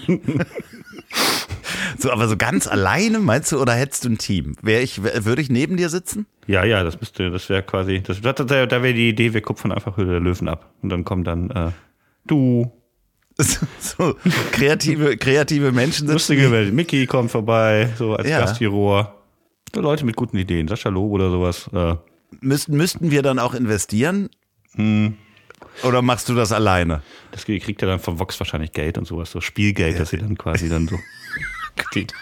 So, aber so ganz alleine, meinst du, oder hättest du ein Team? Wär ich, würde ich neben dir sitzen? Ja, ja, das müsste, das wäre quasi, das, da, da wäre die Idee, wir kupfern einfach Höhle der Löwen ab. Und dann kommen dann äh, du. So, kreative, kreative Menschen sind. Lustige Welt. Mickey kommt vorbei, so als ja. Gastjuror. Leute mit guten Ideen, Sascha Lob oder sowas. Äh. Müssten, müssten wir dann auch investieren? Hm. oder machst du das alleine? Das kriegt er dann von Vox wahrscheinlich Geld und sowas, so Spielgeld, ja. dass sie dann quasi dann so kriegt.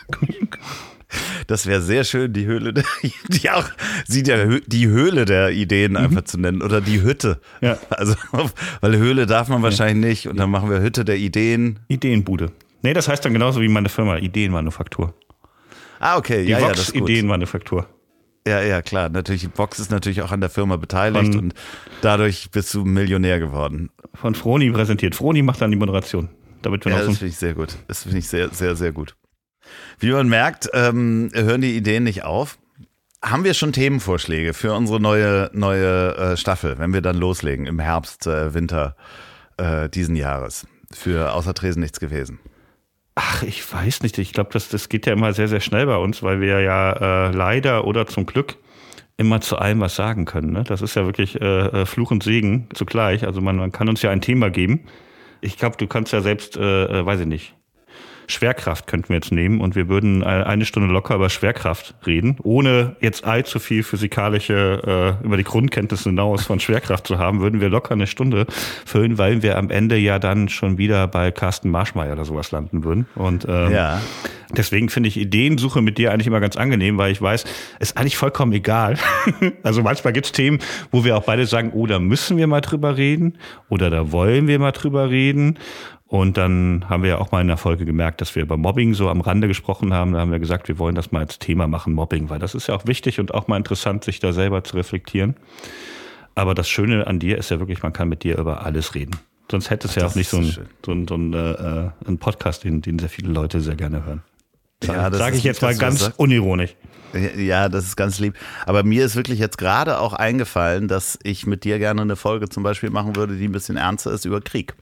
Das wäre sehr schön, die Höhle, der, die auch, sie der, die Höhle der Ideen einfach mhm. zu nennen oder die Hütte. Ja. Also, weil Höhle darf man wahrscheinlich nicht und dann machen wir Hütte der Ideen. Ideenbude. Nee, das heißt dann genauso wie meine Firma, Ideenmanufaktur. Ah, okay, die ja, Vox ja, das ist gut. Ideenmanufaktur. Ja, ja, klar. Natürlich, Vox ist natürlich auch an der Firma beteiligt von, und dadurch bist du Millionär geworden. Von Froni präsentiert. Froni macht dann die Moderation. Damit wir ja, noch so das finde ich sehr gut. Das finde ich sehr, sehr, sehr gut. Wie man merkt, ähm, hören die Ideen nicht auf. Haben wir schon Themenvorschläge für unsere neue, neue äh, Staffel, wenn wir dann loslegen im Herbst, äh, Winter äh, diesen Jahres? Für Außer Tresen nichts gewesen. Ach, ich weiß nicht. Ich glaube, das, das geht ja immer sehr, sehr schnell bei uns, weil wir ja äh, leider oder zum Glück immer zu allem was sagen können. Ne? Das ist ja wirklich äh, Fluch und Segen zugleich. Also man, man kann uns ja ein Thema geben. Ich glaube, du kannst ja selbst, äh, weiß ich nicht, Schwerkraft könnten wir jetzt nehmen und wir würden eine Stunde locker über Schwerkraft reden, ohne jetzt allzu viel physikalische, äh, über die Grundkenntnisse hinaus von Schwerkraft zu haben, würden wir locker eine Stunde füllen, weil wir am Ende ja dann schon wieder bei Carsten Marschmeier oder sowas landen würden. Und ähm, ja. deswegen finde ich Ideensuche mit dir eigentlich immer ganz angenehm, weil ich weiß, ist eigentlich vollkommen egal. Also manchmal gibt es Themen, wo wir auch beide sagen, oh, da müssen wir mal drüber reden oder da wollen wir mal drüber reden. Und dann haben wir ja auch mal in der Folge gemerkt, dass wir über Mobbing so am Rande gesprochen haben. Da haben wir gesagt, wir wollen das mal als Thema machen, Mobbing, weil das ist ja auch wichtig und auch mal interessant, sich da selber zu reflektieren. Aber das Schöne an dir ist ja wirklich, man kann mit dir über alles reden. Sonst hätte es ja auch nicht so ein, so ein, so ein, äh, ein Podcast, den, den sehr viele Leute sehr gerne hören. Ja, sage ich jetzt mal ganz unironisch. Ja, das ist ganz lieb. Aber mir ist wirklich jetzt gerade auch eingefallen, dass ich mit dir gerne eine Folge zum Beispiel machen würde, die ein bisschen ernster ist über Krieg.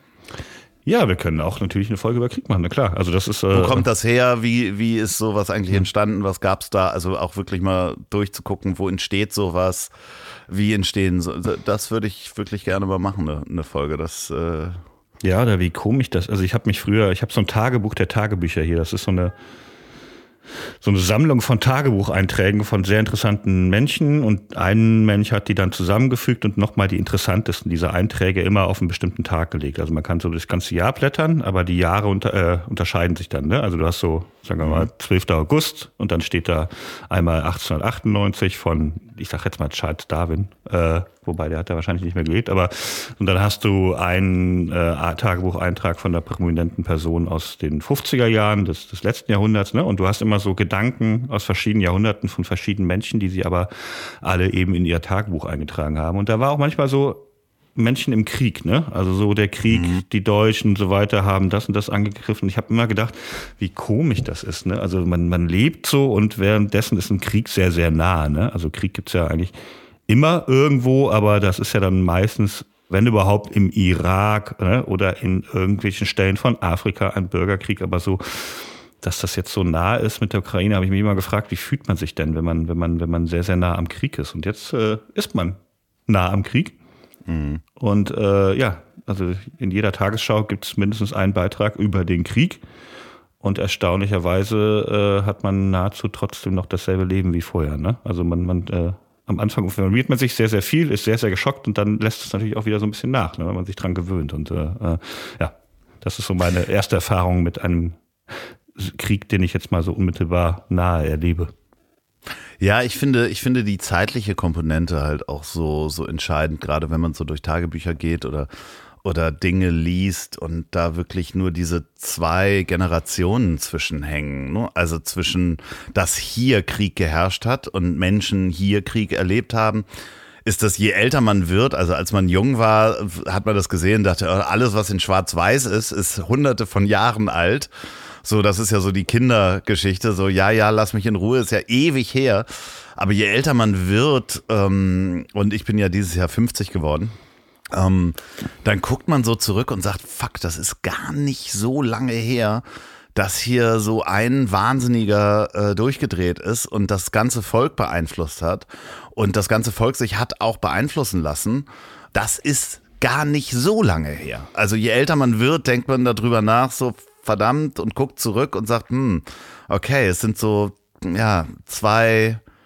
Ja, wir können auch natürlich eine Folge über Krieg machen, na klar. Also das ist. Äh, Wo kommt das her? Wie, wie ist sowas eigentlich entstanden? Was gab's da? Also auch wirklich mal durchzugucken, wo entsteht sowas? Wie entstehen so? Das würde ich wirklich gerne mal machen, eine, eine Folge. Das. Äh ja, oder wie komisch das. Also ich habe mich früher, ich habe so ein Tagebuch der Tagebücher hier. Das ist so eine. So eine Sammlung von Tagebucheinträgen von sehr interessanten Menschen und ein Mensch hat die dann zusammengefügt und nochmal die interessantesten dieser Einträge immer auf einen bestimmten Tag gelegt. Also man kann so das ganze Jahr blättern, aber die Jahre unter, äh, unterscheiden sich dann. Ne? Also du hast so, sagen wir mal, zwölfter August und dann steht da einmal achtzehnhundertachtundneunzig von, ich sag jetzt mal Charles Darwin, äh, wobei der hat da wahrscheinlich nicht mehr gelebt, aber und dann hast du einen äh, Tagebucheintrag von einer prominenten Person aus den fünfziger Jahren des, des letzten Jahrhunderts, ne? Und du hast immer so Gedanken aus verschiedenen Jahrhunderten von verschiedenen Menschen, die sie aber alle eben in ihr Tagebuch eingetragen haben. Und da war auch manchmal so Menschen im Krieg, ne? Also so der Krieg, mhm. die Deutschen und so weiter haben das und das angegriffen. Ich habe immer gedacht, wie komisch das ist, ne? Also man, man lebt so und währenddessen ist ein Krieg sehr, sehr nah, ne? Also Krieg gibt's ja eigentlich immer irgendwo, aber das ist ja dann meistens, wenn überhaupt, im Irak, ne, oder in irgendwelchen Stellen von Afrika ein Bürgerkrieg. Aber so, dass das jetzt so nah ist mit der Ukraine, habe ich mich immer gefragt, wie fühlt man sich denn, wenn man, wenn man, wenn man sehr, sehr nah am Krieg ist? Und jetzt äh, ist man nah am Krieg. Mhm. Und äh, ja, also in jeder Tagesschau gibt es mindestens einen Beitrag über den Krieg. Und erstaunlicherweise äh, hat man nahezu trotzdem noch dasselbe Leben wie vorher. Ne? Also man, man äh, am Anfang informiert man sich sehr, sehr viel, ist sehr, sehr geschockt und dann lässt es natürlich auch wieder so ein bisschen nach, ne, wenn man sich dran gewöhnt. Und äh, äh, ja, das ist so meine erste Erfahrung mit einem Krieg, den ich jetzt mal so unmittelbar nahe erlebe. Ja, ich finde, ich finde die zeitliche Komponente halt auch so, so entscheidend, gerade wenn man so durch Tagebücher geht oder oder Dinge liest und da wirklich nur diese zwei Generationen zwischenhängen, ne? Also zwischen, dass hier Krieg geherrscht hat und Menschen hier Krieg erlebt haben, ist das, je älter man wird, also als man jung war, hat man das gesehen, dachte, alles, was in Schwarz-Weiß ist, ist hunderte von Jahren alt. So, das ist ja so die Kindergeschichte, so, ja, ja, lass mich in Ruhe, ist ja ewig her. Aber je älter man wird, ähm, und ich bin ja dieses Jahr fünfzig geworden, Ähm, dann guckt man so zurück und sagt, fuck, das ist gar nicht so lange her, dass hier so ein Wahnsinniger äh, durchgedreht ist und das ganze Volk beeinflusst hat und das ganze Volk sich hat auch beeinflussen lassen. Das ist gar nicht so lange her. Also je älter man wird, denkt man darüber nach, so verdammt, und guckt zurück und sagt, hm, okay, es sind so, ja, zwei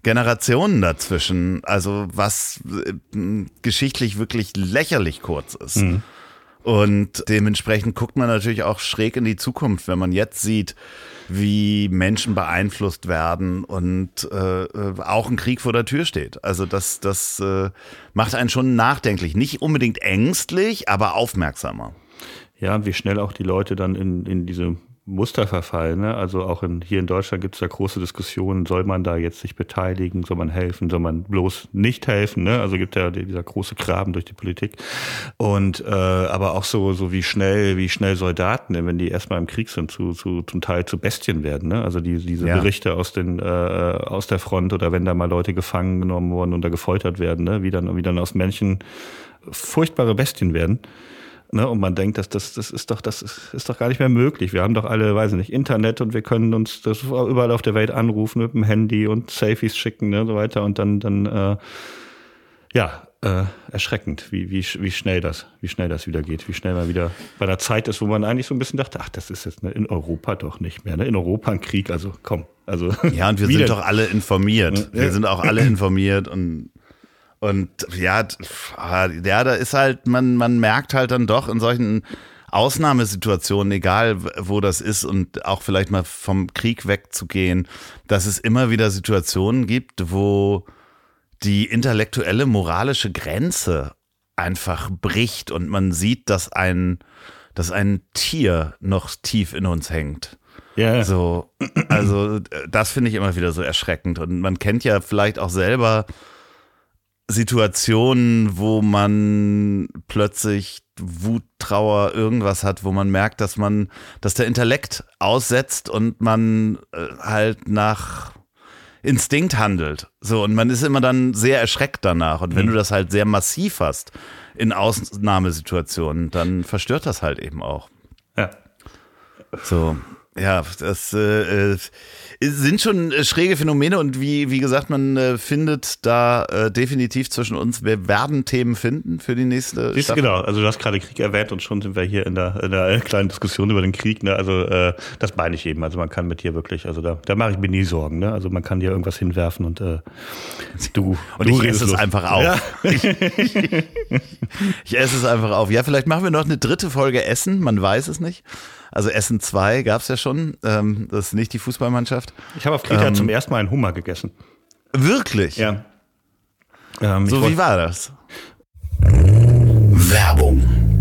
Generationen dazwischen, also was äh, geschichtlich wirklich lächerlich kurz ist. Mhm. Und dementsprechend guckt man natürlich auch schräg in die Zukunft, wenn man jetzt sieht, wie Menschen beeinflusst werden und äh, auch ein Krieg vor der Tür steht. Also das, das äh, macht einen schon nachdenklich. Nicht unbedingt ängstlich, aber aufmerksamer. Ja, und wie schnell auch die Leute dann in, in diese Muster verfallen. Ne? Also auch in, hier in Deutschland gibt es ja große Diskussionen, soll man da jetzt sich beteiligen, soll man helfen, soll man bloß nicht helfen. Ne? Also gibt ja dieser große Graben durch die Politik. Und äh, aber auch so so wie schnell wie schnell Soldaten, wenn die erstmal im Krieg sind, zu, zu zum Teil zu Bestien werden. Ne? Also die, diese ja. Berichte aus den äh, aus der Front oder wenn da mal Leute gefangen genommen wurden und da gefoltert werden, ne? wie dann wie dann aus Menschen furchtbare Bestien werden. Ne, und man denkt, dass das, das ist doch, das ist, ist doch gar nicht mehr möglich. Wir haben doch alle, weiß ich nicht, Internet und wir können uns das überall auf der Welt anrufen mit dem Handy und Selfies schicken, ne, so weiter. Und dann, dann, äh, ja, äh, erschreckend, wie, wie, wie schnell das, wie schnell das wieder geht, wie schnell man wieder bei der Zeit ist, wo man eigentlich so ein bisschen dachte, ach, das ist jetzt ne, in Europa doch nicht mehr, ne, in Europa ein Krieg, also komm, also. Ja, und wir sind doch alle informiert. Wir sind auch alle informiert und Und ja, ja, da ist halt, man, man merkt halt dann doch in solchen Ausnahmesituationen, egal wo das ist und auch vielleicht mal vom Krieg wegzugehen, dass es immer wieder Situationen gibt, wo die intellektuelle, moralische Grenze einfach bricht und man sieht, dass ein, dass ein Tier noch tief in uns hängt. Ja. So, also das finde ich immer wieder so erschreckend und man kennt ja vielleicht auch selber Situationen, wo man plötzlich Wut, Trauer, irgendwas hat, wo man merkt, dass man, dass der Intellekt aussetzt und man halt nach Instinkt handelt. So, und man ist immer dann sehr erschreckt danach. Und wenn mhm. du das halt sehr massiv hast in Ausnahmesituationen, dann verstört das halt eben auch. Ja. So. Ja, das äh, sind schon schräge Phänomene und wie, wie gesagt, man äh, findet da äh, definitiv zwischen uns, wir werden Themen finden für die nächste Siehst, Staffel. Genau, also du hast gerade Krieg erwähnt und schon sind wir hier in der, in der kleinen Diskussion über den Krieg. Ne? Also äh, das meine ich eben, also man kann mit dir wirklich, also da, da mache ich mir nie Sorgen. Ne? Also man kann dir irgendwas hinwerfen und äh, du Und du ich esse es einfach auf. Ja. Ich, ich, ich esse es einfach auf. Ja, vielleicht machen wir noch eine dritte Folge Essen, man weiß es nicht. Also Essen zwei gab es ja schon, ähm, das ist nicht die Fußballmannschaft. Ich habe auf Kreta ähm, zum ersten Mal einen Hummer gegessen. Wirklich? Ja. Ähm, so, wie war das? Werbung.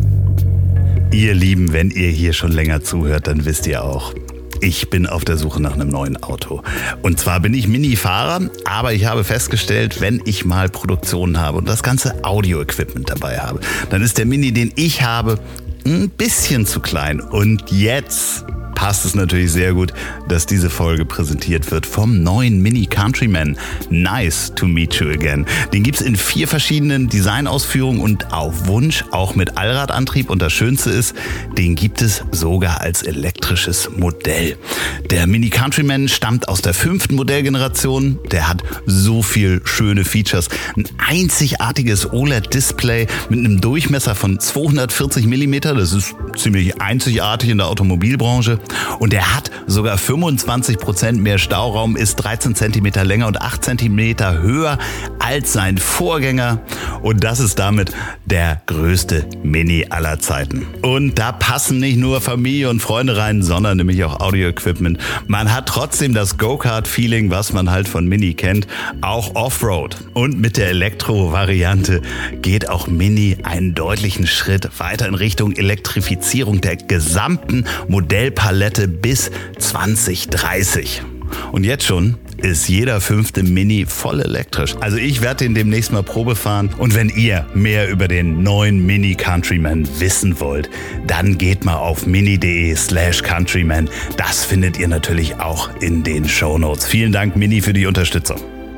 Ihr Lieben, wenn ihr hier schon länger zuhört, dann wisst ihr auch, ich bin auf der Suche nach einem neuen Auto. Und zwar bin ich Mini-Fahrer, aber ich habe festgestellt, wenn ich mal Produktion habe und das ganze Audio-Equipment dabei habe, dann ist der Mini, den ich habe, ein bisschen zu klein. Und jetzt passt es natürlich sehr gut, dass diese Folge präsentiert wird vom neuen Mini Countryman. Nice to meet you again. Den gibt's in vier verschiedenen Designausführungen und auf Wunsch auch mit Allradantrieb. Und das Schönste ist, den gibt es sogar als elektrisches Modell. Der Mini Countryman stammt aus der fünften Modellgeneration. Der hat so viel schöne Features. Ein einzigartiges O L E D-Display mit einem Durchmesser von zweihundertvierzig Millimeter. Das ist ziemlich einzigartig in der Automobilbranche. Und er hat sogar fünfundzwanzig Prozent mehr Stauraum, ist dreizehn Zentimeter länger und acht Zentimeter höher als sein Vorgänger. Und das ist damit der größte Mini aller Zeiten. Und da passen nicht nur Familie und Freunde rein, sondern nämlich auch Audio-Equipment. Man hat trotzdem das Go-Kart-Feeling, was man halt von Mini kennt, auch Offroad. Und mit der Elektro-Variante geht auch Mini einen deutlichen Schritt weiter in Richtung Elektrifizierung der gesamten Modellpalette bis zwanzig dreißig. Und jetzt schon ist jeder fünfte Mini voll elektrisch. Also ich werde den demnächst mal Probe fahren. Und wenn ihr mehr über den neuen Mini Countryman wissen wollt, dann geht mal auf mini.de slash countryman. Das findet ihr natürlich auch in den Shownotes. Vielen Dank, Mini, für die Unterstützung.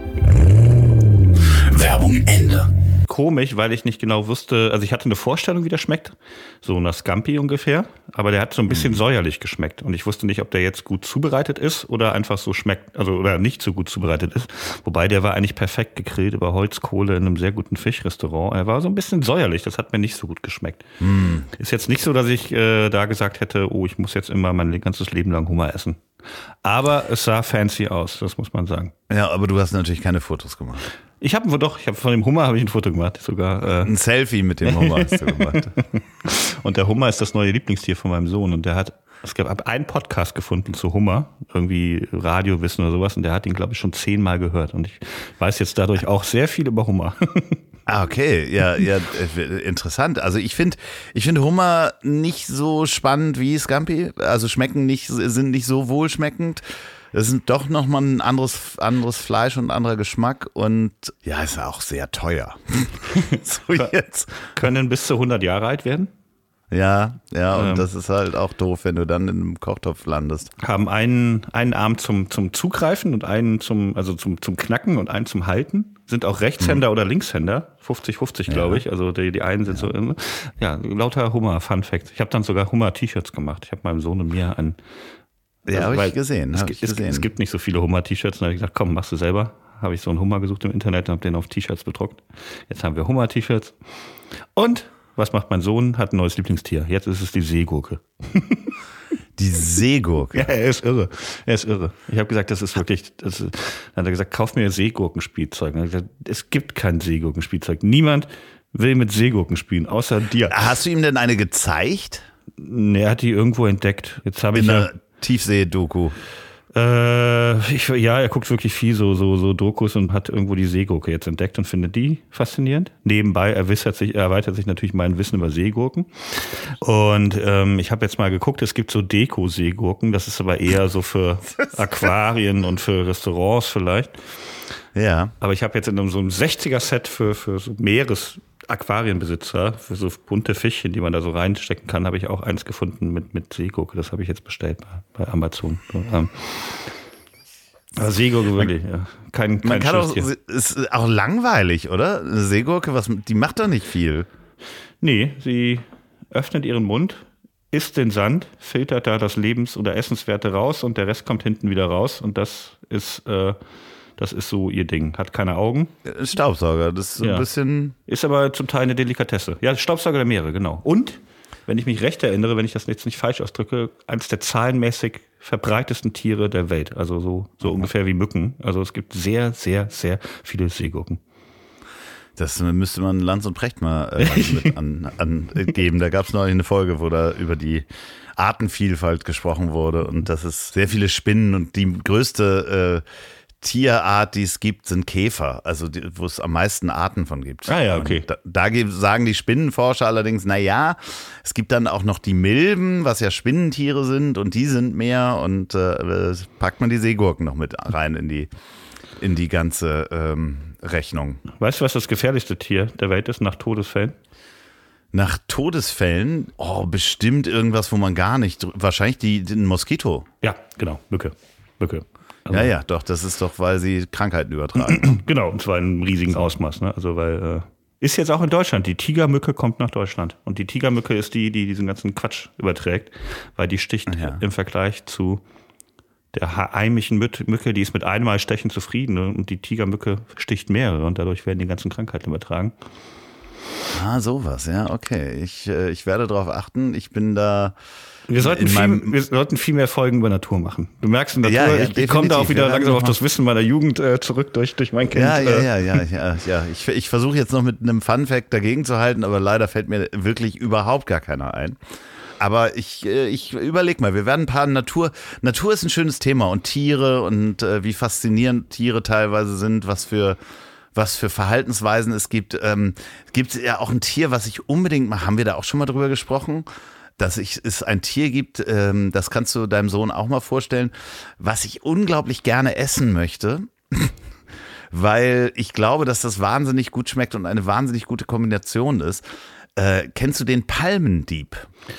Werbung Ende. Komisch, weil ich nicht genau wusste, also ich hatte eine Vorstellung, wie der schmeckt, so nach Scampi ungefähr, aber der hat so ein bisschen mhm. säuerlich geschmeckt und ich wusste nicht, ob der jetzt gut zubereitet ist oder einfach so schmeckt, also oder nicht so gut zubereitet ist, wobei der war eigentlich perfekt gegrillt über Holzkohle in einem sehr guten Fischrestaurant. Er war so ein bisschen säuerlich, das hat mir nicht so gut geschmeckt. Mhm. Ist jetzt nicht so, dass ich äh, da gesagt hätte, oh, ich muss jetzt immer mein ganzes Leben lang Hummer essen. Aber es sah fancy aus, das muss man sagen. Ja, aber du hast natürlich keine Fotos gemacht. Ich habe doch, ich habe von dem Hummer habe ich ein Foto gemacht, sogar. Äh ein Selfie mit dem Hummer hast du gemacht. Und der Hummer ist das neue Lieblingstier von meinem Sohn und der hat, es gab einen Podcast gefunden zu Hummer, irgendwie Radiowissen oder sowas und der hat ihn, glaube ich, schon zehnmal gehört und ich weiß jetzt dadurch auch sehr viel über Hummer. Ah, okay, ja, ja, interessant. Also ich finde, ich finde Hummer nicht so spannend wie Scampi. Also schmecken nicht, sind nicht so wohlschmeckend. Es sind doch nochmal ein anderes, anderes Fleisch und ein anderer Geschmack und ja, ist auch sehr teuer. So jetzt. Können bis zu hundert Jahre alt werden. Ja, ja, und ähm, das ist halt auch doof, wenn du dann in einem Kochtopf landest. Haben einen, einen Arm zum, zum Zugreifen und einen zum, also zum, zum Knacken und einen zum Halten. Sind auch Rechtshänder hm. oder Linkshänder. fünfzig fünfzig, glaube ja. ich. Also die, die einen sind ja. so, ja, lauter Hummer, Fun Fact. Ich habe dann sogar Hummer-T-Shirts gemacht. Ich habe meinem Sohn und mir ein Ja, also, habe ich gesehen. Es, hab ich es, gesehen. es gibt nicht so viele Hummer-T-Shirts. Dann habe ich gesagt, komm, machst du selber. Habe ich so einen Hummer gesucht im Internet und habe den auf T-Shirts bedruckt. Jetzt haben wir Hummer-T-Shirts. Und was macht mein Sohn? Hat ein neues Lieblingstier. Jetzt ist es die Seegurke. Die Seegurke? Ja, er ist irre. Er ist irre. Ich habe gesagt, das ist wirklich, das ist, dann hat er gesagt, kauf mir Seegurkenspielzeug. Dann hat er gesagt, es gibt kein Seegurkenspielzeug. Niemand will mit Seegurken spielen, außer dir. Hast du ihm denn eine gezeigt? Nee, er hat die irgendwo entdeckt. Jetzt habe ich In ja, einer Tiefsee-Doku. Äh, ich, ja, er guckt wirklich viel so, so, so Dokus und hat irgendwo die Seegurke jetzt entdeckt und findet die faszinierend. Nebenbei erweitert sich, erweitert sich natürlich mein Wissen über Seegurken. Und ähm, ich habe jetzt mal geguckt, es gibt so Deko-Seegurken, das ist aber eher so für Aquarien und für Restaurants vielleicht. Ja. Aber ich habe jetzt in so einem sechziger-Set für, für so Meeres-Aquarienbesitzer, für so bunte Fischchen, die man da so reinstecken kann, habe ich auch eins gefunden mit, mit Seegurke. Das habe ich jetzt bestellt bei, bei Amazon. Ähm, aber Seegurke wirklich, ja. Kein, kein Man kann auch, Tier. ist auch langweilig, oder? Eine Seegurke, was, die macht doch nicht viel. Nee, sie öffnet ihren Mund, isst den Sand, filtert da das Lebens- oder Essenswerte raus und der Rest kommt hinten wieder raus. Und das ist... Äh, Das ist so ihr Ding. Hat keine Augen. Staubsauger, das ist so ja. ein bisschen... Ist aber zum Teil eine Delikatesse. Ja, Staubsauger der Meere, genau. Und, wenn ich mich recht erinnere, wenn ich das jetzt nicht falsch ausdrücke, eines der zahlenmäßig verbreitesten Tiere der Welt. Also so, so mhm. ungefähr wie Mücken. Also es gibt sehr, sehr, sehr viele Seegurken. Das müsste man Lanz und Precht mal äh, mit an, angeben. Da gab es neulich eine Folge, wo da über die Artenvielfalt gesprochen wurde. Und dass es sehr viele Spinnen und die größte... Äh, Tierart, die es gibt, sind Käfer, also die, wo es am meisten Arten von gibt. Ah ja, okay. Da, da sagen die Spinnenforscher allerdings, na ja, es gibt dann auch noch die Milben, was ja Spinnentiere sind und die sind mehr und äh, packt man die Seegurken noch mit rein in die, in die ganze ähm, Rechnung. Weißt du, was das gefährlichste Tier der Welt ist nach Todesfällen? Nach Todesfällen? Oh, bestimmt irgendwas, wo man gar nicht, wahrscheinlich die, den Moskito. Ja, genau, Mücke. Mücke. Also, ja, ja, doch, das ist doch, weil sie Krankheiten übertragen. Genau, und zwar in einem riesigen Ausmaß. Ne? Also, weil, äh, ist jetzt auch in Deutschland. Die Tigermücke kommt nach Deutschland. Und die Tigermücke ist die, die diesen ganzen Quatsch überträgt, weil die sticht ja. im Vergleich zu der heimischen Mücke, die ist mit einmal Stechen zufrieden. Ne? Und die Tigermücke sticht mehrere und dadurch werden die ganzen Krankheiten übertragen. Ah, sowas, ja, okay. Ich, äh, ich werde darauf achten. Ich bin da. Wir sollten, viel, wir sollten viel mehr Folgen über Natur machen. Du merkst, in Natur, ja, ja, ich, ich komme da auch wieder langsam auf das Wissen meiner Jugend äh, zurück durch, durch mein Kind. Ja, ja, ja, ja, ja, ja. Ich, ich versuche jetzt noch mit einem Fun-Fact dagegen zu halten, aber leider fällt mir wirklich überhaupt gar keiner ein. Aber ich, ich überlege mal, wir werden ein paar Natur, Natur ist ein schönes Thema und Tiere und äh, wie faszinierend Tiere teilweise sind, was für was für Verhaltensweisen es gibt. Ähm, gibt ja auch ein Tier, was ich unbedingt mal, haben wir da auch schon mal drüber gesprochen? Dass ich, es ein Tier gibt, ähm, das kannst du deinem Sohn auch mal vorstellen, was ich unglaublich gerne essen möchte, weil ich glaube, dass das wahnsinnig gut schmeckt und eine wahnsinnig gute Kombination ist. Äh, kennst du den Palmendieb?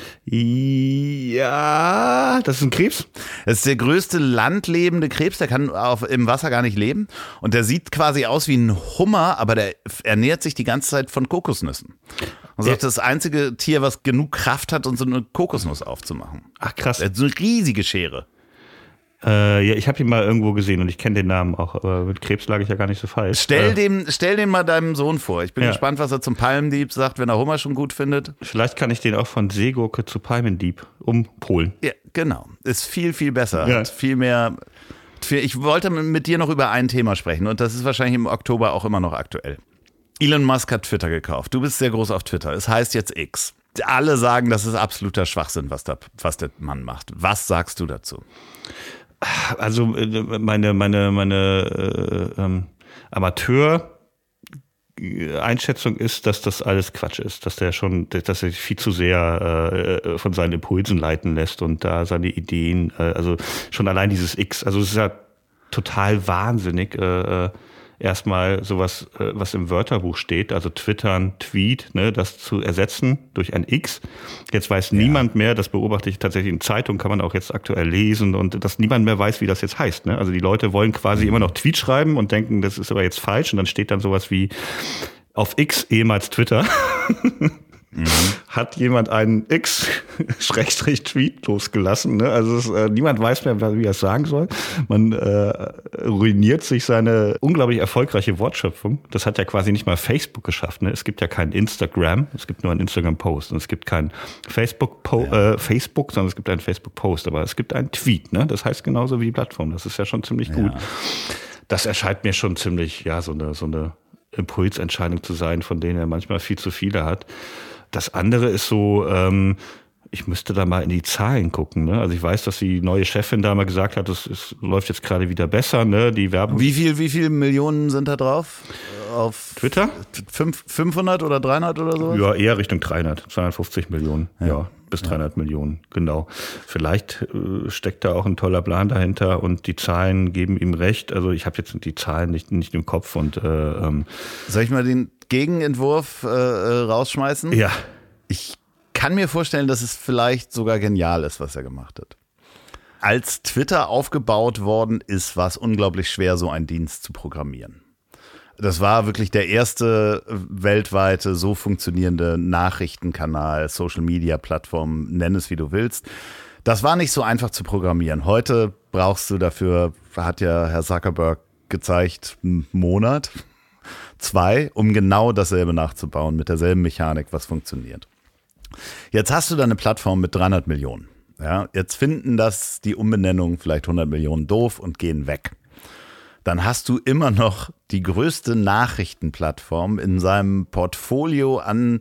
Ja, das ist ein Krebs. Das ist der größte landlebende Krebs, der kann auf, im Wasser gar nicht leben. Und der sieht quasi aus wie ein Hummer, aber der ernährt sich die ganze Zeit von Kokosnüssen. Und das ist das einzige Tier, was genug Kraft hat, um so eine Kokosnuss aufzumachen. Ach krass. Er hat so eine riesige Schere. Äh, ja, ich habe ihn mal irgendwo gesehen und ich kenne den Namen auch, aber mit Krebs lag ich ja gar nicht so falsch. Stell, äh, dem, stell den mal deinem Sohn vor. Ich bin ja. gespannt, was er zum Palmdieb sagt, wenn er Hummer schon gut findet. Vielleicht kann ich den auch von Seegurke zu Palmendieb umpolen. Ja, genau. Ist viel, viel besser. Ja. Hat viel mehr. Ich wollte mit dir noch über ein Thema sprechen und das ist wahrscheinlich im Oktober auch immer noch aktuell. Elon Musk hat Twitter gekauft. Du bist sehr groß auf Twitter. Es heißt jetzt X. Alle sagen, das ist absoluter Schwachsinn, was, da, was der Mann macht. Was sagst du dazu? Also meine, meine, meine äh, ähm, Amateur-Einschätzung ist, dass das alles Quatsch ist, dass der schon, dass er sich viel zu sehr äh, von seinen Impulsen leiten lässt und da seine Ideen, äh, also schon allein dieses X, also es ist ja total wahnsinnig, äh, erstmal sowas, äh, was im Wörterbuch steht, also Twittern, Tweet, ne, das zu ersetzen durch ein X. Jetzt weiß ja. niemand mehr, das beobachte ich tatsächlich in Zeitungen, kann man auch jetzt aktuell lesen und dass niemand mehr weiß, wie das jetzt heißt. Ne? Also die Leute wollen quasi mhm. immer noch Tweet schreiben und denken, das ist aber jetzt falsch und dann steht dann sowas wie auf X, ehemals Twitter. Mhm. Hat jemand einen X-Tweet losgelassen. Ne? Also es, äh, niemand weiß mehr, wie er es sagen soll. Man äh, ruiniert sich seine unglaublich erfolgreiche Wortschöpfung. Das hat ja quasi nicht mal Facebook geschafft. Ne? Es gibt ja kein Instagram, es gibt nur einen Instagram-Post. Und es gibt kein Facebook, ja. äh, Facebook, sondern es gibt einen Facebook-Post. Aber es gibt einen Tweet. Ne? Das heißt genauso wie die Plattform. Das ist ja schon ziemlich gut. Ja. Das erscheint mir schon ziemlich, ja, so eine, so eine Impulsentscheidung zu sein, von denen er manchmal viel zu viele hat. Das andere ist so, ähm, ich müsste da mal in die Zahlen gucken. Ne? Also ich weiß, dass die neue Chefin da mal gesagt hat, es, es läuft jetzt gerade wieder besser. Ne? Die Werbung. Wie viel, wie viel Millionen sind da drauf? Auf Twitter? fünfhundert oder dreihundert oder so? Ja, eher Richtung dreihundert, zweihundertfünfzig Millionen. Ja, ja bis dreihundert ja. Millionen, genau. Vielleicht äh, steckt da auch ein toller Plan dahinter und die Zahlen geben ihm recht. Also ich habe jetzt die Zahlen nicht, nicht im Kopf. Und äh, ähm, soll ich mal den Gegenentwurf äh, rausschmeißen? Ja. Ich kann mir vorstellen, dass es vielleicht sogar genial ist, was er gemacht hat. Als Twitter aufgebaut worden ist, war es unglaublich schwer, so einen Dienst zu programmieren. Das war wirklich der erste weltweite so funktionierende Nachrichtenkanal, Social-Media-Plattform, nenn es wie du willst. Das war nicht so einfach zu programmieren. Heute brauchst du dafür, hat ja Herr Zuckerberg gezeigt, einen Monat, zwei, um genau dasselbe nachzubauen, mit derselben Mechanik, was funktioniert. Jetzt hast du da eine Plattform mit dreihundert Millionen. Ja, jetzt finden das die Umbenennung vielleicht hundert Millionen doof und gehen weg. Dann hast du immer noch die größte Nachrichtenplattform in seinem Portfolio an,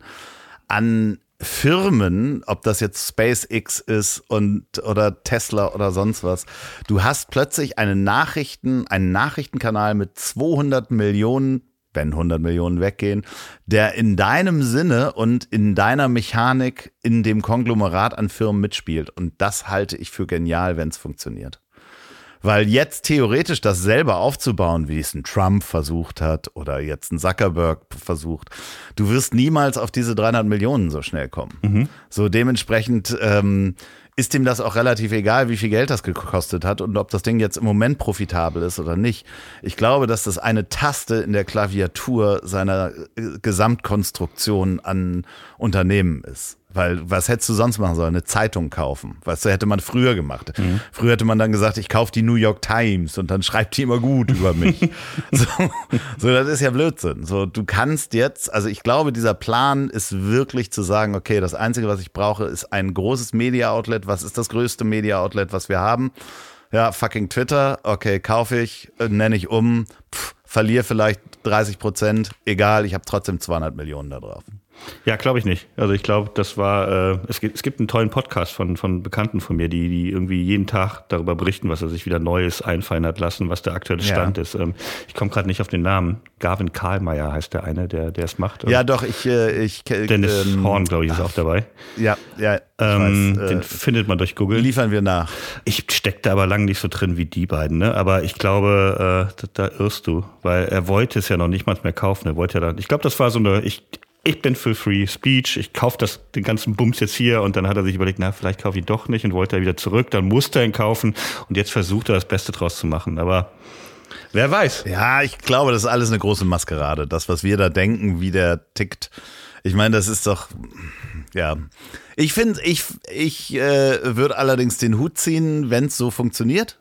an Firmen, ob das jetzt SpaceX ist und, oder Tesla oder sonst was. Du hast plötzlich eine Nachrichten, einen Nachrichtenkanal mit zweihundert Millionen, wenn hundert Millionen weggehen, der in deinem Sinne und in deiner Mechanik in dem Konglomerat an Firmen mitspielt. Und das halte ich für genial, wenn es funktioniert. Weil jetzt theoretisch das selber aufzubauen, wie es ein Trump versucht hat oder jetzt ein Zuckerberg versucht, du wirst niemals auf diese dreihundert Millionen so schnell kommen. Mhm. So dementsprechend ähm, ist ihm das auch relativ egal, wie viel Geld das gekostet hat und ob das Ding jetzt im Moment profitabel ist oder nicht. Ich glaube, dass das eine Taste in der Klaviatur seiner Gesamtkonstruktion an Unternehmen ist. Weil was hättest du sonst machen sollen? Eine Zeitung kaufen. Weißt du, hätte man früher gemacht. Mhm. Früher hätte man dann gesagt, ich kaufe die New York Times und dann schreibt die immer gut über mich. so, so, das ist ja Blödsinn. So, du kannst jetzt, also ich glaube, dieser Plan ist wirklich zu sagen, okay, das Einzige, was ich brauche, ist ein großes Media-Outlet. Was ist das größte Media-Outlet, was wir haben? Ja, fucking Twitter. Okay, kaufe ich, nenne ich um, pff, verliere vielleicht dreißig Prozent. Egal, ich habe trotzdem zweihundert Millionen da drauf. Ja, glaube ich nicht. Also ich glaube, das war, äh, es gibt, es gibt einen tollen Podcast von, von Bekannten von mir, die, die irgendwie jeden Tag darüber berichten, was er sich wieder Neues einfallen hat lassen, was der aktuelle Stand ja. ist. Ähm, ich komme gerade nicht auf den Namen. Gavin Karlmeier heißt der eine, der der es macht. Ja, doch, ich... Äh, ich Dennis ähm, Horn, glaube ich, ist auch dabei. Ja, ja. Ähm, weiß, den äh, findet man durch Google. Liefern wir nach. Ich stecke da aber lange nicht so drin wie die beiden, ne? Aber ich glaube, äh, da, da irrst du, weil er wollte es ja noch nicht mal mehr kaufen. Er wollte ja dann, ich glaube, das war so eine, ich Ich bin für Free Speech, ich kaufe das den ganzen Bums jetzt hier und dann hat er sich überlegt, na, vielleicht kaufe ich ihn doch nicht und wollte er wieder zurück, dann musste er ihn kaufen und jetzt versucht er das Beste draus zu machen, aber wer weiß. Ja, ich glaube, das ist alles eine große Maskerade, das, was wir da denken, wie der tickt. Ich meine, das ist doch, ja, ich finde, ich, ich äh, würde allerdings den Hut ziehen, wenn es so funktioniert.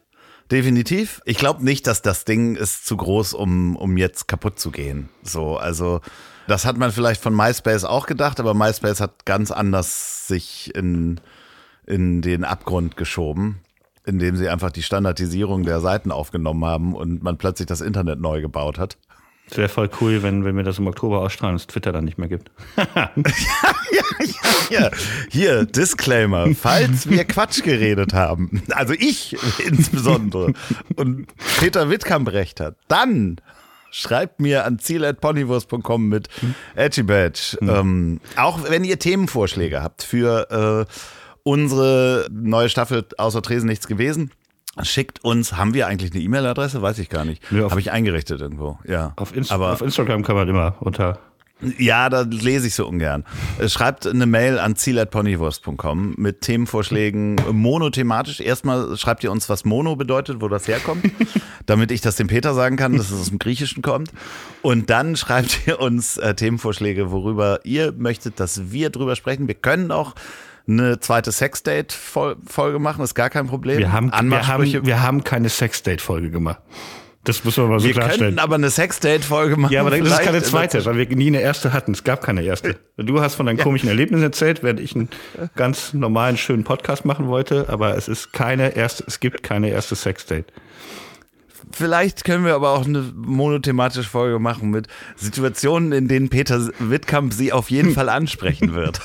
Definitiv. Ich glaube nicht, dass das Ding ist zu groß, um, um jetzt kaputt zu gehen. So, also das hat man vielleicht von MySpace auch gedacht, aber MySpace hat ganz anders sich in, in den Abgrund geschoben, indem sie einfach die Standardisierung der Seiten aufgenommen haben und man plötzlich das Internet neu gebaut hat. Es wäre voll cool, wenn, wenn wir das im Oktober ausstrahlen und es Twitter dann nicht mehr gibt. ja, ja, ja, ja. Hier, Disclaimer. Falls wir Quatsch geredet haben, also ich insbesondere, und Peter Wittkamp recht hat, dann schreibt mir an ziel at ponywurst punkt com mit Edgy Badge. Mhm. Ähm, auch wenn ihr Themenvorschläge habt für äh, unsere neue Staffel Außer Tresen nichts gewesen. Schickt uns, haben wir eigentlich eine E-Mail-Adresse? Weiß ich gar nicht. Ja, habe ich eingerichtet irgendwo. Ja. Auf, Inst- Aber, auf Instagram kann man immer unter. Ja, da lese ich so ungern. Schreibt eine Mail an ziel at ponywurst punkt com mit Themenvorschlägen monothematisch. Erstmal schreibt ihr uns, was Mono bedeutet, wo das herkommt, damit ich das dem Peter sagen kann, dass es aus dem Griechischen kommt. Und dann schreibt ihr uns äh, Themenvorschläge, worüber ihr möchtet, dass wir drüber sprechen. Wir können auch eine zweite Sexdate-Folge machen, ist gar kein Problem. Wir haben, wir haben, wir haben keine Sexdate-Folge gemacht. Das müssen wir mal so wir klarstellen. Wir können aber eine Sexdate-Folge machen. Ja, aber das ist keine zweite, weil wir nie eine erste hatten. Es gab keine erste. Du hast von deinen ja. komischen Erlebnissen erzählt, während ich einen ganz normalen, schönen Podcast machen wollte. Aber es ist keine erste, es gibt keine erste Sexdate. Vielleicht können wir aber auch eine monothematische Folge machen mit Situationen, in denen Peter Wittkamp sie auf jeden Fall ansprechen wird.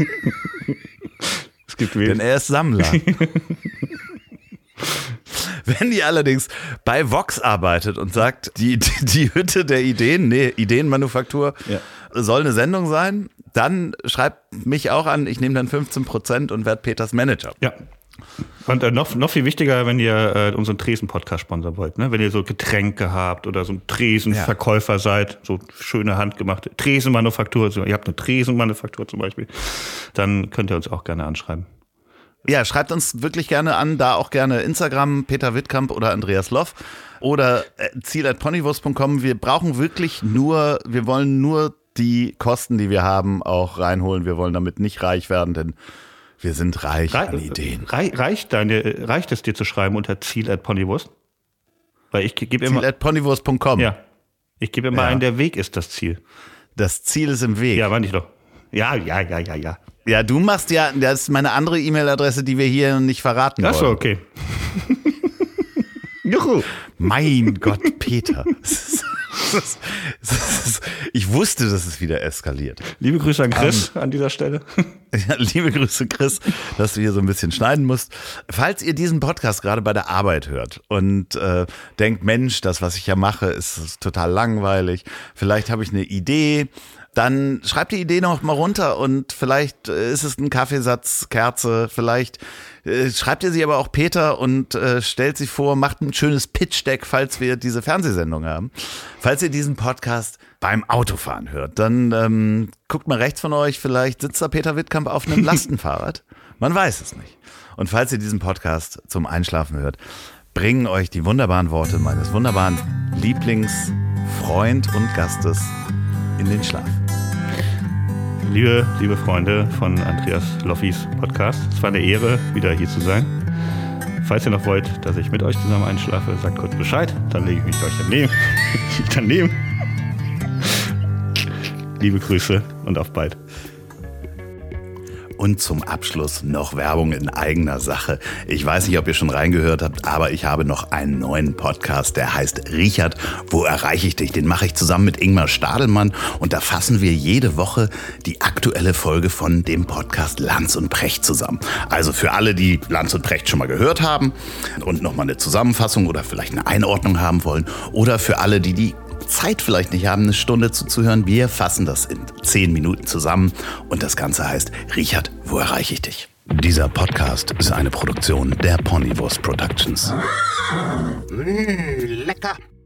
Es gibt Denn er ist Sammler. Wenn ihr allerdings bei Vox arbeitet und sagt, die, die, die Hütte der Ideen, nee, Ideenmanufaktur ja. soll eine Sendung sein, dann schreibt mich auch an, ich nehme dann fünfzehn Prozent und werde Peters Manager. Ja. Und äh, noch, noch viel wichtiger, wenn ihr äh, unseren Tresen-Podcast sponsern wollt, ne? Wenn ihr so Getränke habt oder so ein Tresenverkäufer ja. seid, so schöne handgemachte Tresenmanufaktur, so, ihr habt eine Tresenmanufaktur zum Beispiel, dann könnt ihr uns auch gerne anschreiben. Ja, schreibt uns wirklich gerne an, da auch gerne Instagram, Peter Wittkamp oder Andreas Loff oder ziel at ponywurst punkt com. Wir brauchen wirklich nur, wir wollen nur die Kosten, die wir haben, auch reinholen. Wir wollen damit nicht reich werden, denn wir sind reich Re- an Ideen. Re- reicht, deine, reicht es dir zu schreiben unter ziel at ponywurst? Weil ich gebe immer. ziel at ponywurst punkt com. Ja. Ich gebe immer ja. ein, der Weg ist das Ziel. Das Ziel ist im Weg. Ja, meine ich doch. Ja, ja, ja, ja, ja. Ja, du machst ja, das ist meine andere E-Mail-Adresse, die wir hier nicht verraten wollen. Ach so, okay. Juhu. Mein Gott, Peter. Ich wusste, dass es wieder eskaliert. Liebe Grüße an Chris um, an dieser Stelle. Ja, liebe Grüße, Chris, dass du hier so ein bisschen schneiden musst. Falls ihr diesen Podcast gerade bei der Arbeit hört und äh, denkt, Mensch, das, was ich ja mache, ist, ist total langweilig. Vielleicht habe ich eine Idee. Dann schreibt die Idee noch mal runter und vielleicht ist es ein Kaffeesatz, Kerze, vielleicht äh, schreibt ihr sie aber auch Peter und äh, stellt sie vor, macht ein schönes Pitch-Deck, falls wir diese Fernsehsendung haben. Falls ihr diesen Podcast beim Autofahren hört, dann ähm, guckt mal rechts von euch, vielleicht sitzt da Peter Wittkamp auf einem Lastenfahrrad. Man weiß es nicht. Und falls ihr diesen Podcast zum Einschlafen hört, bringen euch die wunderbaren Worte meines wunderbaren Lieblingsfreund und Gastes in den Schlaf. Liebe, liebe Freunde von Andreas Loffis Podcast, es war eine Ehre, wieder hier zu sein. Falls ihr noch wollt, dass ich mit euch zusammen einschlafe, sagt kurz Bescheid, dann lege ich mich euch daneben. daneben. Liebe Grüße und auf bald. Und zum Abschluss noch Werbung in eigener Sache. Ich weiß nicht, ob ihr schon reingehört habt, aber ich habe noch einen neuen Podcast, der heißt Richard, wo erreiche ich dich? Den mache ich zusammen mit Ingmar Stadelmann und da fassen wir jede Woche die aktuelle Folge von dem Podcast Lanz und Precht zusammen. Also für alle, die Lanz und Precht schon mal gehört haben und nochmal eine Zusammenfassung oder vielleicht eine Einordnung haben wollen oder für alle, die die Zeit vielleicht nicht haben, eine Stunde zuzuhören. Wir fassen das in zehn Minuten zusammen und das Ganze heißt Richard, wo erreiche ich dich? Dieser Podcast ist eine Produktion der Ponywurst Productions. Mmh, lecker!